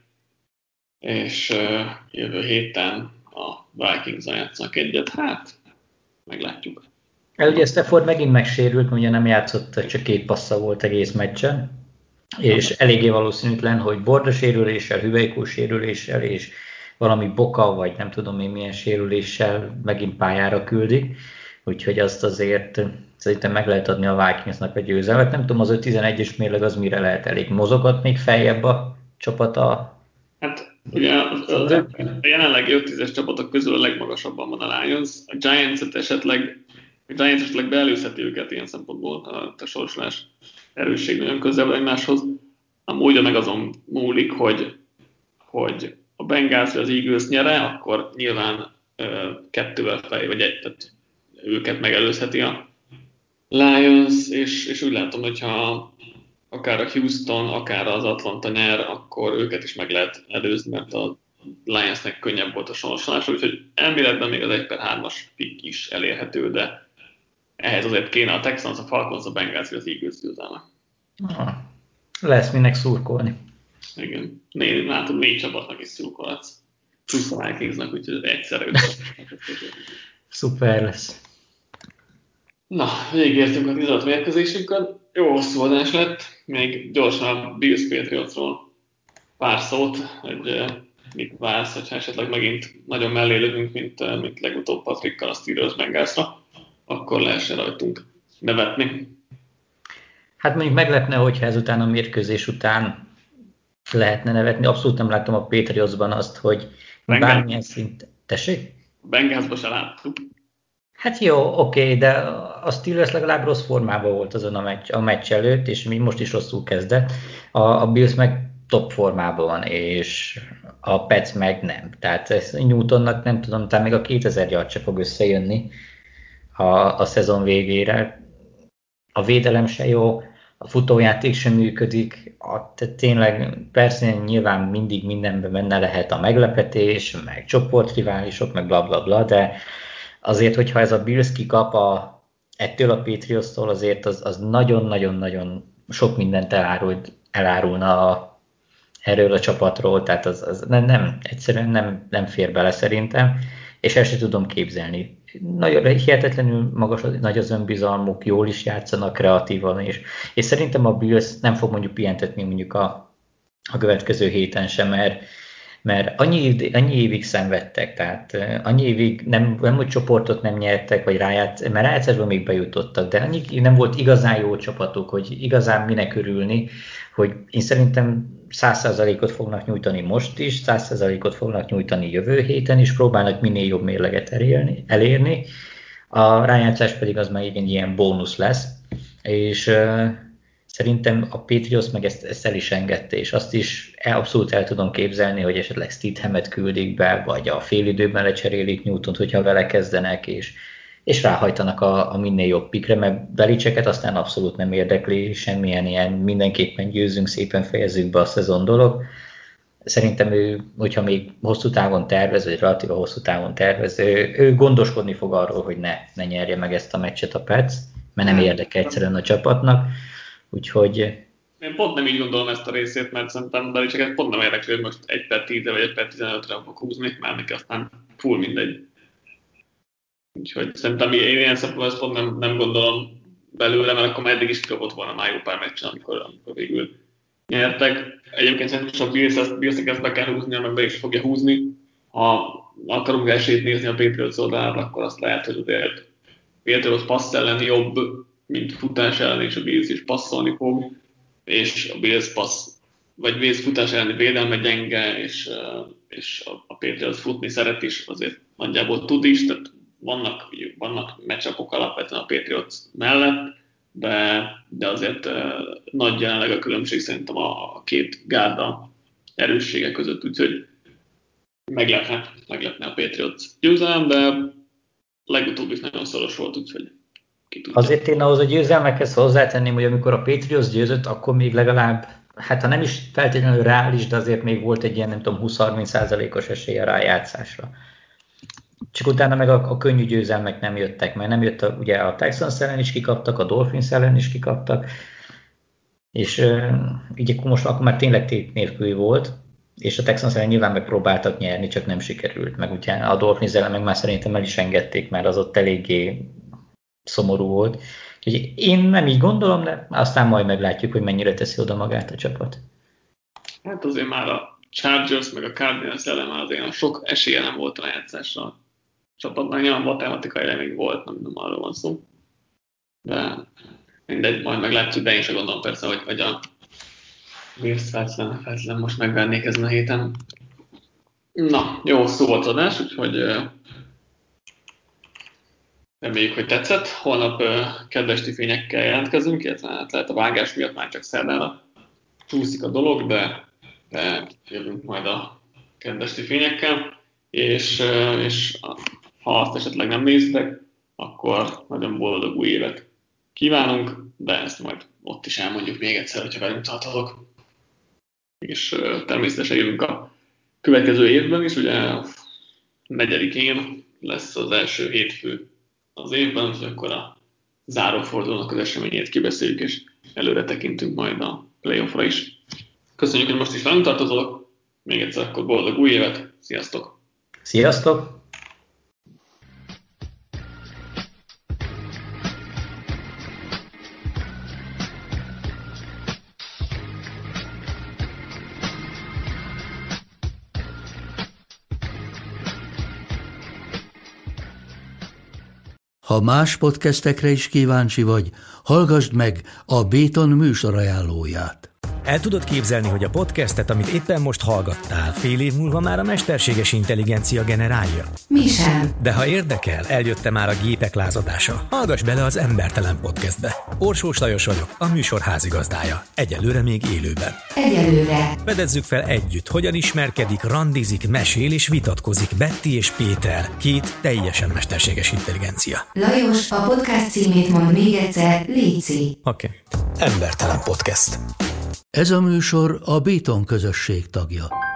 és jövő héten a Vikings-a játszanak egyet, hát meglátjuk. Ugye Stafford megint megsérült, ugye nem játszott, csak 2 passza volt egész meccsen, és eléggé valószínűtlen, hogy bordasérüléssel, hüvelykúsérüléssel és valami boka, vagy nem tudom én milyen sérüléssel megint pályára küldik, úgyhogy azt azért szerintem meg lehet adni a Vikingsnak a győzelmet. Nem tudom, az 5-11-es mérleg az mire lehet, elég mozogat még feljebb a csapata? Hát ugye a jelenlegi 5-10-es csapatok közül a legmagasabban van a Lions, a Giants esetleg beelőzheti őket ilyen szempontból, a sorsolás erősség nagyon közel egymáshoz. Amúgy meg azon múlik, hogy a Bengals vagy az Eagles nyere, akkor nyilván 2-vel felé, vagy 1, tehát őket megelőzheti a Lions, és úgy látom, hogyha akár a Houston, akár az Atlanta nyer, akkor őket is meg lehet előzni, mert a Lionsnek könnyebb volt a sorsolása, úgyhogy elméletben még az 1/3-as pick is elérhető, de ehhez azért kéne a Texans, a Falcons, a Bengals, vagy az Eagles győzelme. Lesz minek szurkolni. Igen. Látom, 4 csapatnak is szurkolhatsz. Plusz a Vikingsnak, úgyhogy egyszerre Szuper lesz. Na, végigértünk a 16 mérkőzésünkön. Jó hosszú adás lett. Még gyorsan a Bills Patriotsról pár szót. Egy mit vársz, hogyha esetleg megint nagyon mellé lövünk, mint legutóbb Patrickkal a Steelers Bengalsra, akkor lehessen rajtunk nevetni. Hát mondjuk meglepne, hogyha ezután a mérkőzés után lehetne nevetni. Abszolút nem láttam a Patriotsban azt, hogy bármilyen szint... Tessék? Bengalsba se láttuk. Hát jó, oké, de a Steelers legalább rossz formában volt azon a meccs előtt, és még most is rosszul kezdett. A Bills meg top formában van, és a Pets meg nem. Tehát Newtonnak nem tudom, talán még a 2000 yard se fog összejönni a szezon végére. A védelem se jó, a futójáték sem működik, tehát tényleg persze nyilván mindig mindenben benne lehet a meglepetés, meg csoportriválisok, meg bla bla bla, de azért, hogyha ez a Bills kikap ettől a Patriots-tól, azért az nagyon-nagyon-nagyon sok mindent elárulna erről a csapatról, tehát az egyszerűen nem fér bele szerintem, és el sem tudom képzelni. Nagyon hihetetlenül nagy az önbizalmuk, jól is játszanak kreatívan, és szerintem a Bills nem fog mondjuk pihentetni mondjuk a következő héten sem, mert annyi évig szenvedtek, tehát annyi évig nem hogy csoportot nem nyertek, vagy mert rájátszásban még bejutottak, de annyi nem volt igazán jó csapatuk, hogy igazán minek örülni, hogy én szerintem 100%-ot fognak nyújtani most is, 100%-ot fognak nyújtani jövő héten is, próbálnak minél jobb mérleget elérni, a rájátszás pedig az már egy ilyen bónusz lesz, és szerintem a Patriots meg ezt el is engedte, és azt is abszolút el tudom képzelni, hogy esetleg Stidhamet küldik be, vagy a félidőben lecserélik Newtont, hogyha vele kezdenek, és ráhajtanak a minél jobb pikre, mert Belichicket aztán abszolút nem érdekli semmilyen ilyen mindenképpen győzünk, szépen fejezzük be a szezon dolog. Szerintem ő, hogyha még hosszú távon tervez, vagy relatíva hosszú távon tervez, ő gondoskodni fog arról, hogy ne nyerje meg ezt a meccset a Pets, mert nem érdekel egyszerűen a csapatnak. Úgyhogy... Én pont nem így gondolom ezt a részét, mert szerintem Belichicket pont nem érdekli, hogy most 1/10-re vagy 1/15-re fog húzni, mert neki aztán full mindegy. Úgyhogy szerintem én ilyen szempontból ezt pont nem gondolom belőle, mert akkor már eddig is kapott volna már jó pár meccsen, amikor végül nyertek. Egyébként szerintem a Bills-nek ezt be kell húznia, meg be is fogja húzni. Ha akarunk esélyt nézni a Patriots oldalára, akkor azt lehet, hogy azért Patriots passz ellen jobb, mint futás ellen, és a Bills is passzolni fog, és a Bills futás elleni védelme gyenge, és a Patriots futni szeret is, azért nagyjából tud is, tehát vannak matchupok alapvetően a Patriots mellett, de azért nagy jelenleg a különbség szerintem a két gárda erőssége között, úgyhogy meglepne a Patriots győzelem, de legutóbb is nagyon szoros volt, úgyhogy ki tudja. Azért én ahhoz a győzelmekhez hozzátenném, hogy amikor a Patriots győzött, akkor még legalább, hát ha nem is feltétlenül reális, de azért még volt egy ilyen, nem tudom, 20-30%-os esély a rájátszásra. Csak utána meg a könnyű győzelmek nem jöttek, mert nem jött ugye a Texans ellen is kikaptak, a Dolphins ellen is kikaptak, és így akkor már tényleg tét nélküli volt, és a Texans ellen nyilván megpróbáltak nyerni, csak nem sikerült, meg ugye a Dolphins ellen meg már szerintem el is engedték, mert az ott eléggé szomorú volt. Úgyhogy én nem így gondolom, de aztán majd meglátjuk, hogy mennyire teszi oda magát a csapat. Hát azért már a Chargers meg a Cardinals ellen már azért sok esélye nem volt a rájátszásra a csapatnak, nyilván matematikai még volt, nem arról van szó. De mindegy, majd meglátjuk, de én sem gondolom persze, hogy a Bills feltétlen most megvennék ezen a héten. Na, jó, szó volt az adás, úgyhogy reméljük, hogy tetszett. Holnap kedvesti fényekkel jelentkezünk, illetve lehet a vágás miatt már csak szerdára csúszik a dolog, de jövünk majd a kedvesti fényekkel, és ha azt esetleg nem nézitek, akkor nagyon boldog új évet kívánunk, de ezt majd ott is elmondjuk még egyszer, hogyha velünk tartotok. És természetesen jövünk a következő évben is, ugye a 4-én lesz az első hétfő az évben, úgyhogy akkor a zárófordulónak az eseményét kibeszéljük, és előre tekintünk majd a playoffra is. Köszönjük, hogy most is velünk tartozolok. Még egyszer akkor boldog új évet. Sziasztok! Sziasztok! Ha más podcastekre is kíváncsi vagy, hallgassd meg a Béton műsor ajánlóját. El tudod képzelni, hogy a podcastet, amit éppen most hallgattál, fél év múlva már a mesterséges intelligencia generálja? Mi sem. De ha érdekel, eljött már a gépek lázadása. Hallgass bele az Embertelen Podcastbe. Orsós Lajos vagyok, a műsor házigazdája. Egyelőre még élőben. Egyelőre. Fedezzük fel együtt, hogyan ismerkedik, randizik, mesél és vitatkozik Betty és Péter, két teljesen mesterséges intelligencia. Lajos, a podcast címét mondd még egyszer, léci. Oké. Embertelen Podcast. Ez a műsor a Béton közösség tagja.